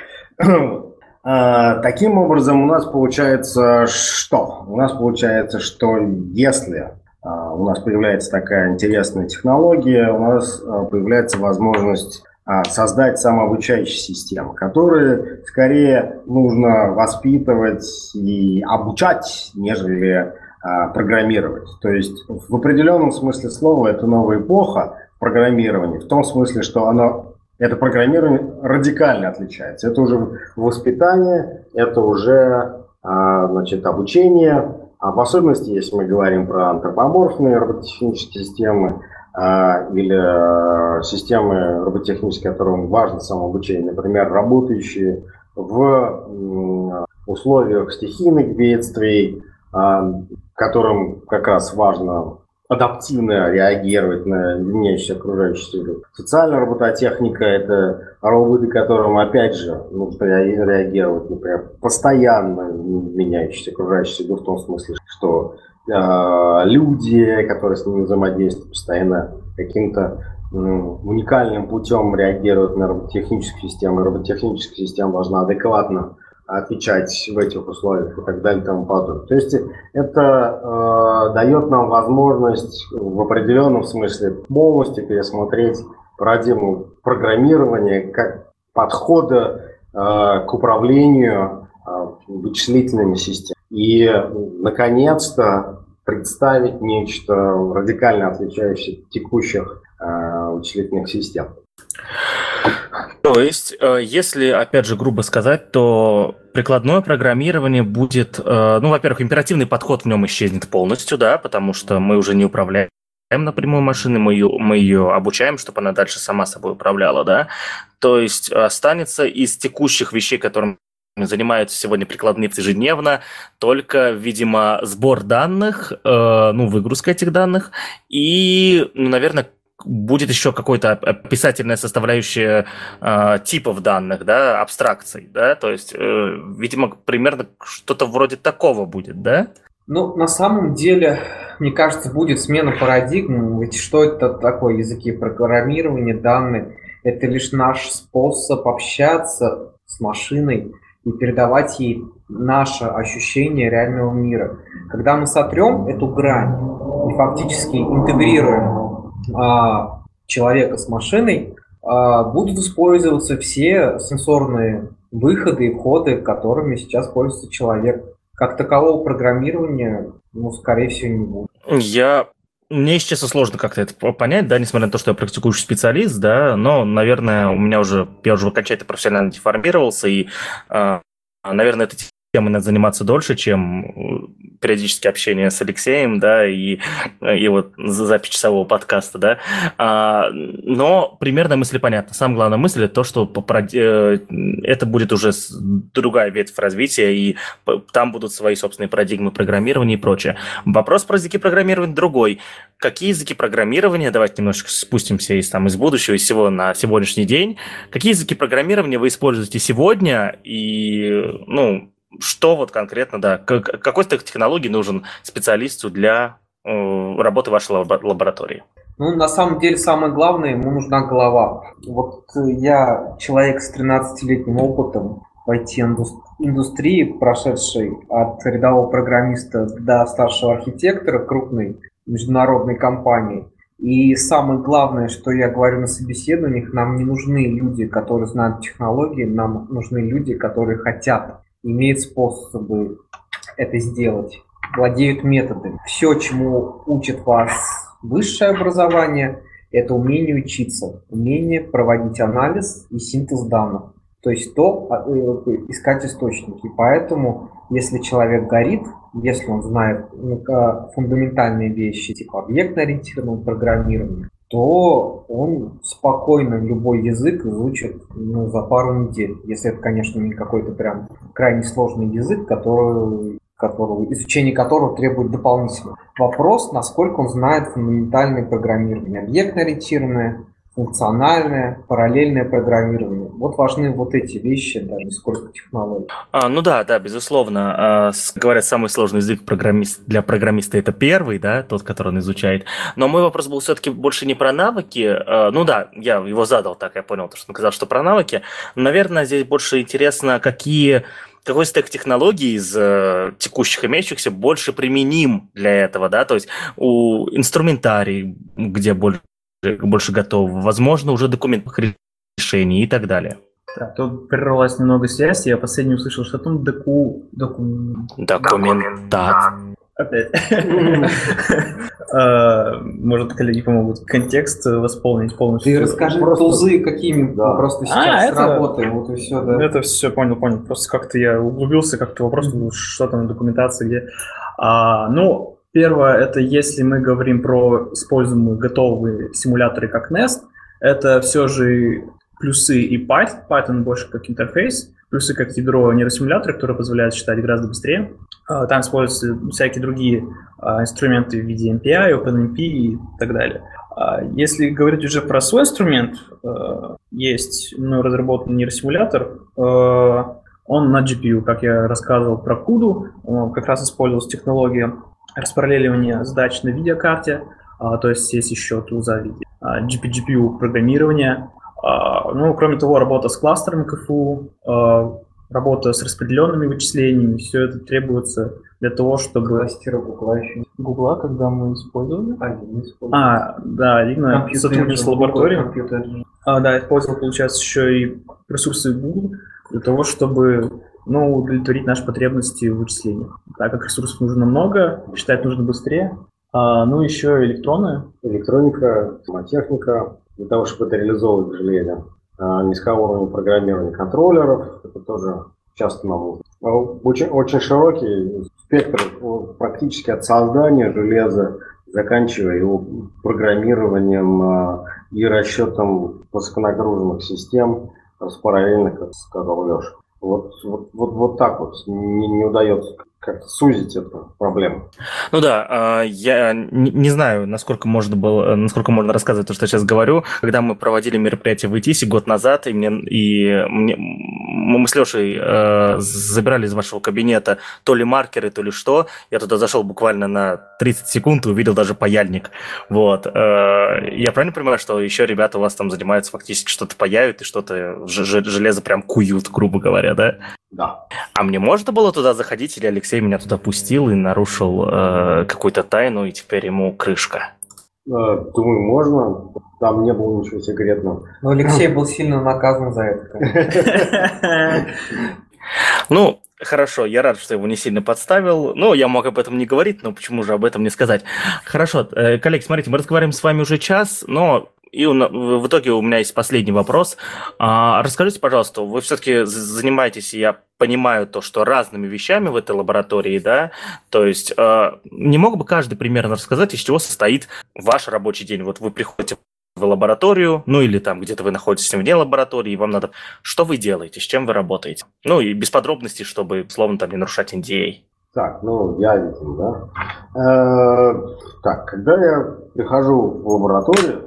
Таким образом, у нас получается что? У нас получается, что если у нас появляется такая интересная технология, у нас появляется возможность создать самообучающие системы, которые скорее нужно воспитывать и обучать, нежели программировать. То есть в определенном смысле слова это новая эпоха программирования, в том смысле, что это программирование радикально отличается. Это уже воспитание, это уже обучение. А в особенности, если мы говорим про антропоморфные робототехнические системы или системы робототехнические, которым важно самообучение, например, работающие в условиях стихийных бедствий, которым как раз важно адаптивно реагировать на меняющуюся окружающую среду. Социальная робототехника – это роботы, которым, опять же, нужно реагировать, например, постоянно меняющуюся окружающую среду, в том смысле, что люди, которые с ними взаимодействуют, постоянно каким-то уникальным путем реагируют на робототехническую систему, и робототехническая система должна адекватно отвечать в этих условиях и так далее и тому подобное. То есть это дает нам возможность в определенном смысле полностью пересмотреть парадигму программирования как подхода к управлению вычислительными системами. И, наконец-то, представить нечто радикально отличающееся от текущих вычислительных систем. То есть, если, опять же, грубо сказать, то прикладное программирование будет, ну, во-первых, императивный подход в нем исчезнет полностью, да, потому что мы уже не управляем напрямую машиной, мы ее обучаем, чтобы она дальше сама собой управляла, да. То есть останется из текущих вещей, которыми занимаются сегодня прикладницы ежедневно, только, видимо, сбор данных, ну, выгрузка этих данных и, наверное, будет еще какая-то описательная составляющая типов данных, да, абстракций, да, то есть, видимо, примерно что-то вроде такого будет, да? Ну, на самом деле, мне кажется, будет смена парадигм, ведь что это такое языки программирования, данные? Это лишь наш способ общаться с машиной и передавать ей наше ощущение реального мира. Когда мы сотрем эту грань и фактически интегрируем человека с машиной, будут использоваться все сенсорные выходы и входы, которыми сейчас пользуется человек. Как такового программирования, ну, скорее всего, не будет. Мне, честно, сложно как-то это понять, да, несмотря на то, что я практикующий специалист, да, но, наверное, я уже окончательно профессионально деформировался, и, наверное, этой темой надо заниматься дольше, чем периодически общение с Алексеем, да, и вот запись часового подкаста, да, но примерно мысль понятна. Самая главная мысль – это то, что это будет уже другая ветвь развития, и там будут свои собственные парадигмы программирования и прочее. Вопрос про языки программирования другой. Какие языки программирования, давайте немножко спустимся из будущего, из всего на сегодняшний день, какие языки программирования вы используете сегодня, и, ну, что вот конкретно, да, какой из технологий нужен специалисту для работы вашей лаборатории? Ну, на самом деле, самое главное, ему нужна голова. Вот я человек с 13-летним опытом в IT-индустрии, прошедший от рядового программиста до старшего архитектора крупной международной компании. И самое главное, что я говорю на собеседованиях, нам не нужны люди, которые знают технологии, нам нужны люди, которые хотят, имеют способы это сделать, владеют методами. Все, чему учит вас высшее образование, это умение учиться, умение проводить анализ и синтез данных. То есть искать источники. Поэтому, если человек горит, если он знает фундаментальные вещи, типа объектно-ориентированного программирования, то он спокойно любой язык изучит за пару недель. Если это, конечно, не какой-то прям крайне сложный язык, который изучение которого требует дополнительного. Вопрос, насколько он знает фундаментальное программирование, объектно-ориентированное, функциональное, параллельное программирование. Вот важны вот эти вещи, даже сколько технологий. Ну да, безусловно. Говорят, самый сложный язык для программиста это первый, да, тот, который он изучает. Но мой вопрос был все-таки больше не про навыки. Ну да, я его задал так, я понял, что он сказал, что про навыки. Наверное, здесь больше интересно, какой стек технологий из текущих имеющихся больше применим для этого, да, то есть у инструментарий, где больше готов, возможно, уже документных решений и так далее. Да, тут прервалась немного связь, я последний услышал, что там Документат. Опять. Может, коллеги помогут контекст восполнить полностью. Ты расскажи тулзы, какими мы просто сейчас работаем, вот и все, да. Это все, понял. Просто как-то я углубился, как-то вопрос, что там документация, где. Ну, первое, это если мы говорим про используемые готовые симуляторы как Nest, это все же плюсы и Python больше как интерфейс, плюсы как ядро нейросимулятора, которое позволяет считать гораздо быстрее. Там используются всякие другие инструменты в виде MPI, OpenMP и так далее. Если говорить уже про свой инструмент, есть разработанный нейросимулятор, он на GPU, как я рассказывал про CUDA, как раз использовалась технология распараллеливания задач на видеокарте, то есть есть еще тулза в виде GPU программирования. Ну, кроме того, работа с кластером КФУ, работа с распределенными вычислениями, все это требуется для того, чтобы... Кластеры Гугла еще. Гугла, когда мы использовали? Не использовали. Да, именно сотрудничество с лабораторией. Да, использовал, получается, еще и ресурсы Google для того, чтобы удовлетворить наши потребности в вычислениях. Так как ресурсов нужно много, считать нужно быстрее. Еще электроны. Электроника, техника. Для того, чтобы это реализовывать в железе. Низкого уровня программирования контроллеров, это тоже часто нам нужно. Очень, очень широкий спектр практически от создания железа, заканчивая его программированием и расчетом высоконагруженных систем, параллельно, как сказал Леша. Вот так вот не удается как-то сузить эту проблему. Ну да, я не знаю, насколько можно рассказывать то, что я сейчас говорю. Когда мы проводили мероприятие в ИТИСе год назад, мы с Лешей забирали из вашего кабинета то ли маркеры, то ли что. Я туда зашел буквально на 30 секунд и увидел даже паяльник. Вот. Я правильно понимаю, что еще ребята у вас там занимаются, фактически что-то паяют и что-то железо прям куют, грубо говоря, да? Да. А мне можно было туда заходить, или Алексей меня туда пустил и нарушил какую-то тайну, и теперь ему крышка? Думаю, можно. Там не было ничего секретного. Но Алексей был сильно наказан за это. Ну, хорошо, я рад, что его не сильно подставил. Ну, я мог об этом не говорить, но почему же об этом не сказать? Хорошо, коллеги, смотрите, мы разговариваем с вами уже час, но в итоге у меня есть последний вопрос. Расскажите, пожалуйста, вы все-таки занимаетесь, я понимаю, то, что разными вещами в этой лаборатории, да? То есть не мог бы каждый примерно рассказать, из чего состоит ваш рабочий день? Вот вы приходите в лабораторию, или там где-то вы находитесь вне лаборатории, и вам надо... Что вы делаете, с чем вы работаете? И без подробностей, чтобы, словно, там не нарушать NDA. Так, я видим, да? Так, когда я прихожу в лабораторию,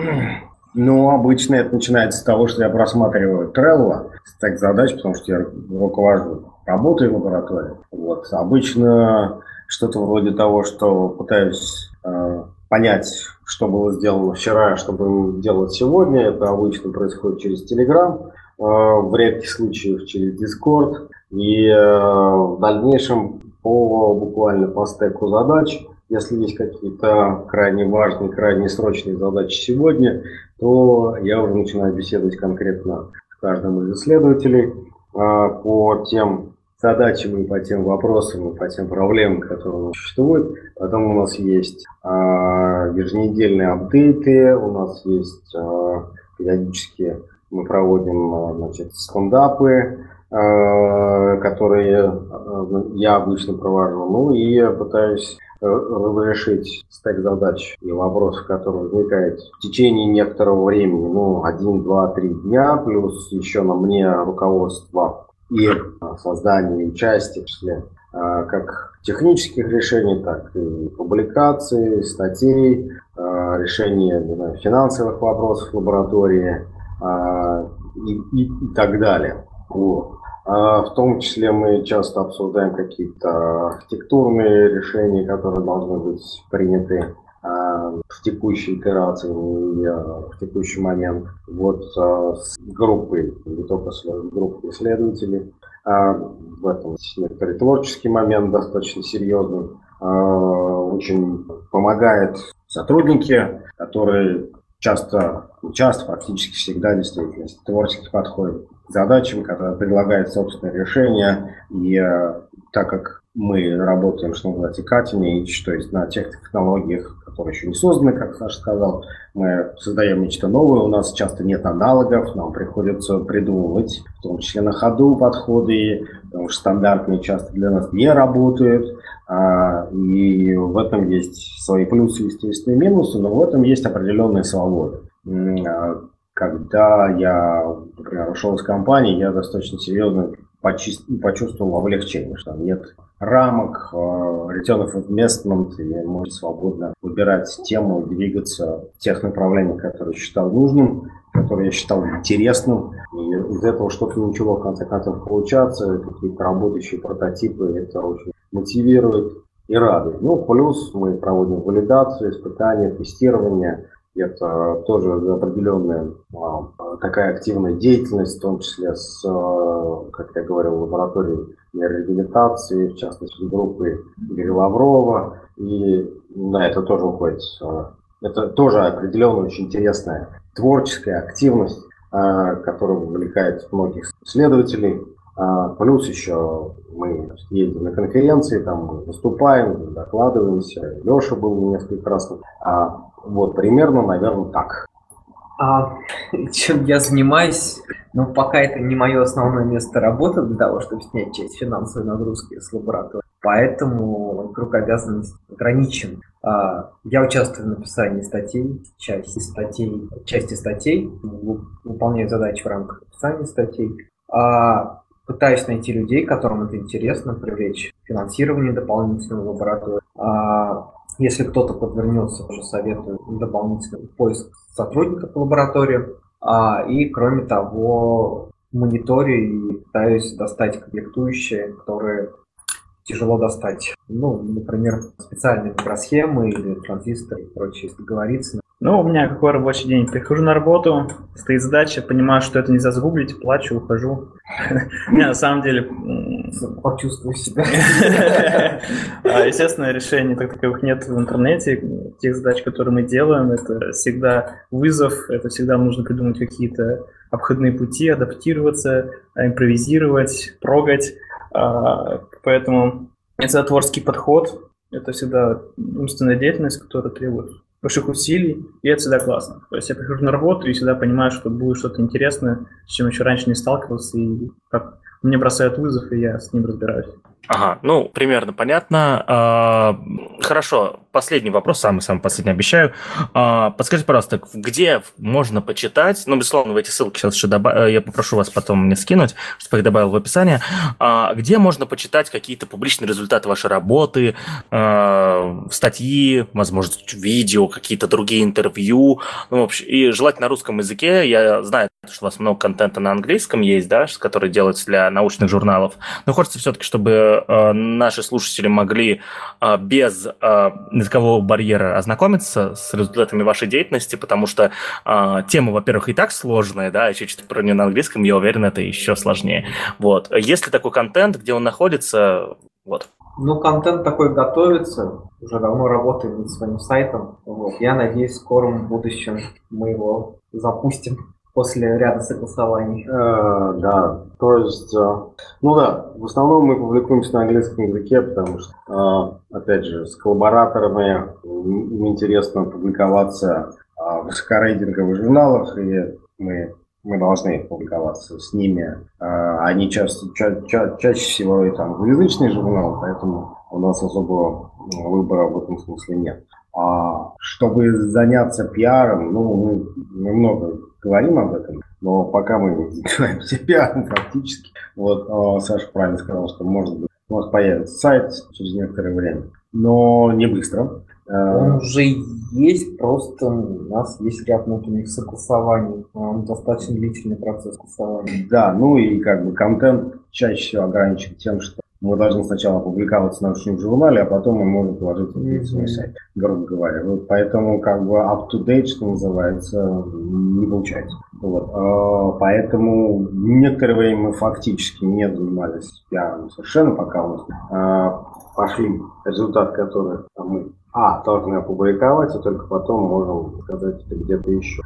обычно это начинается с того, что я просматриваю Trello, стек задач, потому что я руковожу работой в лаборатории. Обычно что-то вроде того, что пытаюсь понять, что было сделано вчера, что будем делать сегодня. Это обычно происходит через Telegram, в редких случаях через Discord. И в дальнейшем буквально по стеку задач, если есть какие-то крайне важные, крайне срочные задачи сегодня, то я уже начинаю беседовать конкретно с каждым из исследователей по тем задачам и по тем вопросам, и по тем проблемам, которые существуют. Потом у нас есть еженедельные апдейты, у нас есть периодически мы проводим стендапы, которые я обычно провожу. И я пытаюсь разрешить стек задач и вопросов, которые возникают в течение некоторого времени, 1, 2, 3 дня, плюс еще на мне руководство и создание, и участие в числе как технических решений, так и публикаций, статей, решения, не знаю, финансовых вопросов в лаборатории и так далее. Вот. В том числе мы часто обсуждаем какие-то архитектурные решения, которые должны быть приняты в текущей итерации и в текущий момент. Вот с группой, не только с группой исследователей. В этом некоторый творческий момент достаточно серьезный. Очень помогают сотрудники, которые часто, практически всегда действительно творчески подходят к задачам, которые предлагают собственные решения. И так как мы работаем, что называется, cutting edge, то есть на тех технологиях, которые еще не созданы, как Саша сказал, мы создаем нечто новое, у нас часто нет аналогов, нам приходится придумывать, в том числе на ходу подходы, потому что стандартные часто для нас не работают, и в этом есть свои плюсы, естественно, и минусы, но в этом есть определенная свобода. Когда я, например, ушел из компании, я достаточно серьезно почувствовал облегчение, что там нет рамок, return of investment, и можно свободно выбирать тему, двигаться в тех направлениях, которые считал нужным, которые я считал интересным. И из этого что-то начало в конце концов получаться, какие-то работающие прототипы, это очень мотивирует и радует. Ну, плюс мы проводим валидацию, испытания, тестирование. Это тоже определенная такая активная деятельность, в том числе с, как я говорил, лабораторией нейрореабилитации, в частности, группы Игоря Лаврова. И на это тоже уходит. Это тоже определенно очень интересная творческая активность, которая вовлекает многих исследователей. Плюс еще мы ездим на конференции, там выступаем, докладываемся. Леша был несколько раз. Вот, примерно, наверное, так. Чем я занимаюсь? Ну, пока это не мое основное место работы для того, чтобы снять часть финансовой нагрузки с лаборатории. Поэтому круг обязанностей ограничен. Я участвую в написании статей, части статей, выполняю задачи в рамках написания статей. Пытаюсь найти людей, которым это интересно, привлечь финансирование дополнительно в лабораторию. Если кто-то подвернется, тоже советую дополнительный поиск сотрудников в лаборатории. И, кроме того, мониторю и пытаюсь достать комплектующие, которые тяжело достать. Ну, например, специальные микросхемы или транзисторы и прочее, если договориться. Ну, у меня какой рабочий день? Прихожу на работу, стоит задача, понимаю, что это нельзя загуглить, плачу, ухожу. Не, на самом деле... Почувствую себя. Естественно, решений таковых нет в интернете. Тех задач, которые мы делаем, это всегда вызов, это всегда нужно придумать какие-то обходные пути, адаптироваться, импровизировать, прогать. Поэтому это творческий подход, это всегда умственная деятельность, которая требует больших усилий, и это всегда классно. То есть я прихожу на работу и всегда понимаю, что будет что-то интересное, с чем еще раньше не сталкивался, и как мне бросают вызов, и я с ним разбираюсь. Ага, ну, примерно понятно. Хорошо, последний вопрос, самый последний, обещаю. Подскажите, пожалуйста, где можно почитать, ну, безусловно, вы эти ссылки сейчас еще я попрошу вас потом мне скинуть, чтобы я их добавил в описание, где можно почитать какие-то публичные результаты вашей работы, статьи, возможно, видео, какие-то другие интервью, ну, в общем, и желательно на русском языке. Я знаю, что у вас много контента на английском есть, да, который делается для научных журналов, но хочется все-таки, чтобы наши слушатели могли без языкового барьера ознакомиться с результатами вашей деятельности, потому что тема, во-первых, и так сложная, да, еще читать про нее на английском, я уверен, это еще сложнее. Вот. Есть ли такой контент, где он находится? Вот. Ну, контент такой готовится, уже давно работаем над своим сайтом. Вот. Я надеюсь, в скором будущем мы его запустим. После ряда согласований. Да, то есть, ну да, в основном мы публикуемся на английском языке, потому что, опять же, с коллабораторами им интересно публиковаться в высокорейтинговых журналах, и мы должны публиковаться с ними. Они чаще всего и там англоязычные журналы, поэтому у нас особого выбора в этом смысле нет. Чтобы заняться пиаром, ну, мы много говорим об этом, но пока мы не занимаемся пиаром фактически. Вот Саша правильно сказал, что может быть у вас появится сайт через некоторое время, но не быстро. Он уже есть, просто у нас есть ряд внутренних согласований. Достаточно длительный процесс согласования. Да, ну и как бы контент чаще всего ограничен тем, что мы должны сначала опубликоваться в научном журнале, а потом мы можем положиться на свой сайт, грубо говоря. Вот поэтому как бы up-to-date, что называется, не получается. Вот. Поэтому некоторое время мы фактически не занимались пиаром совершенно, пока у нас пошли результаты, которые мы должны опубликовать, и только потом можем сказать это где-то еще.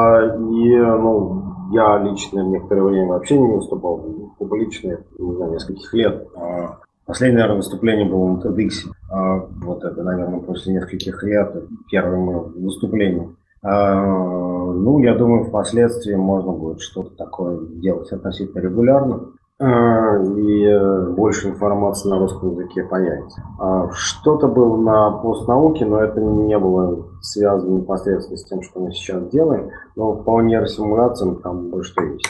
Я лично некоторое время вообще не выступал публично, не знаю, нескольких лет. Последнее, наверное, выступление было на TEDx. Вот это, наверное, после нескольких лет первое мое выступление. Я думаю, впоследствии можно будет что-то такое делать относительно регулярно. И больше информации на русском языке появится. Что-то было на постнауке, но это не было связано непосредственно с тем, что мы сейчас делаем. Но по нейросимуляциям там кое-что есть.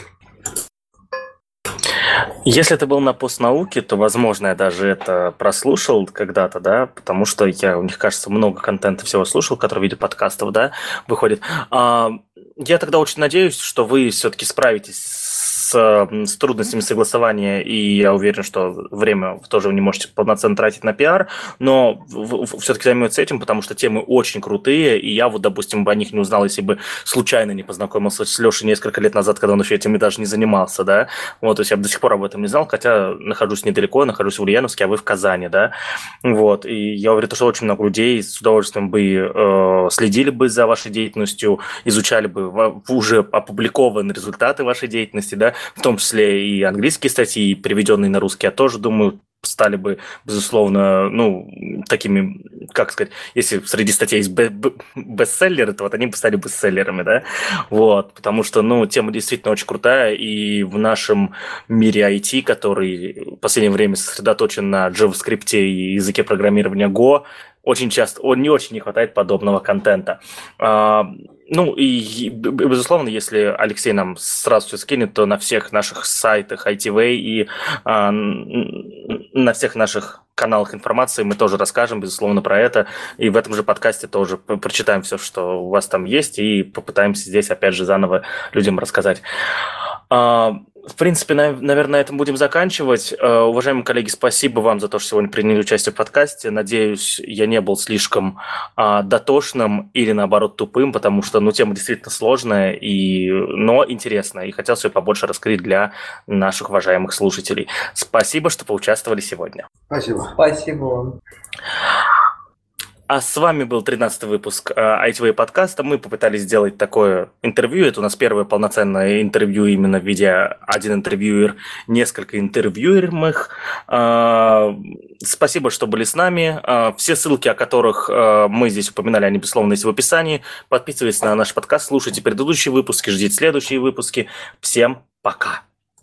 Если это был на постнауке, то, возможно, я даже это прослушал когда-то, да, потому что у них, кажется, много контента всего слушал, который в виде подкастов, да, выходит. Я тогда очень надеюсь, что вы все-таки справитесь с трудностями согласования, и я уверен, что время вы тоже не можете полноценно тратить на пиар, но все-таки займется этим, потому что темы очень крутые, и я вот, допустим, бы о них не узнал, если бы случайно не познакомился с Лешей несколько лет назад, когда он еще этим и даже не занимался, да, вот, то есть я бы до сих пор об этом не знал, хотя нахожусь недалеко, нахожусь в Ульяновске, а вы в Казани, да, вот, и я уверен, что очень много людей с удовольствием бы следили бы за вашей деятельностью, изучали бы уже опубликованные результаты вашей деятельности, да, в том числе и английские статьи, переведенные на русский, я тоже думаю, стали бы, безусловно, такими, как сказать, если среди статей есть бестселлеры, то вот они бы стали бестселлерами, да, вот, потому что, тема действительно очень крутая, и в нашем мире IT, который в последнее время сосредоточен на JavaScript и языке программирования Go, очень часто, не очень не хватает подобного контента. И, безусловно, если Алексей нам сразу все скинет, то на всех наших сайтах ITV и на всех наших каналах информации мы тоже расскажем, безусловно, про это. И в этом же подкасте тоже прочитаем все, что у вас там есть, и попытаемся здесь, опять же, заново людям рассказать. В принципе, наверное, на этом будем заканчивать. Уважаемые коллеги, спасибо вам за то, что сегодня приняли участие в подкасте. Надеюсь, я не был слишком дотошным или, наоборот, тупым, потому что, тема действительно сложная, но интересная, и хотелось ее побольше раскрыть для наших уважаемых слушателей. Спасибо, что поучаствовали сегодня. Спасибо. Спасибо вам. А с вами был 13-й выпуск ITV подкаста. Мы попытались сделать такое интервью. Это у нас первое полноценное интервью именно в виде один интервьюер, несколько интервьюемых. Спасибо, что были с нами. Все ссылки, о которых мы здесь упоминали, они, безусловно, есть в описании. Подписывайтесь на наш подкаст, слушайте предыдущие выпуски, ждите следующие выпуски. Всем пока!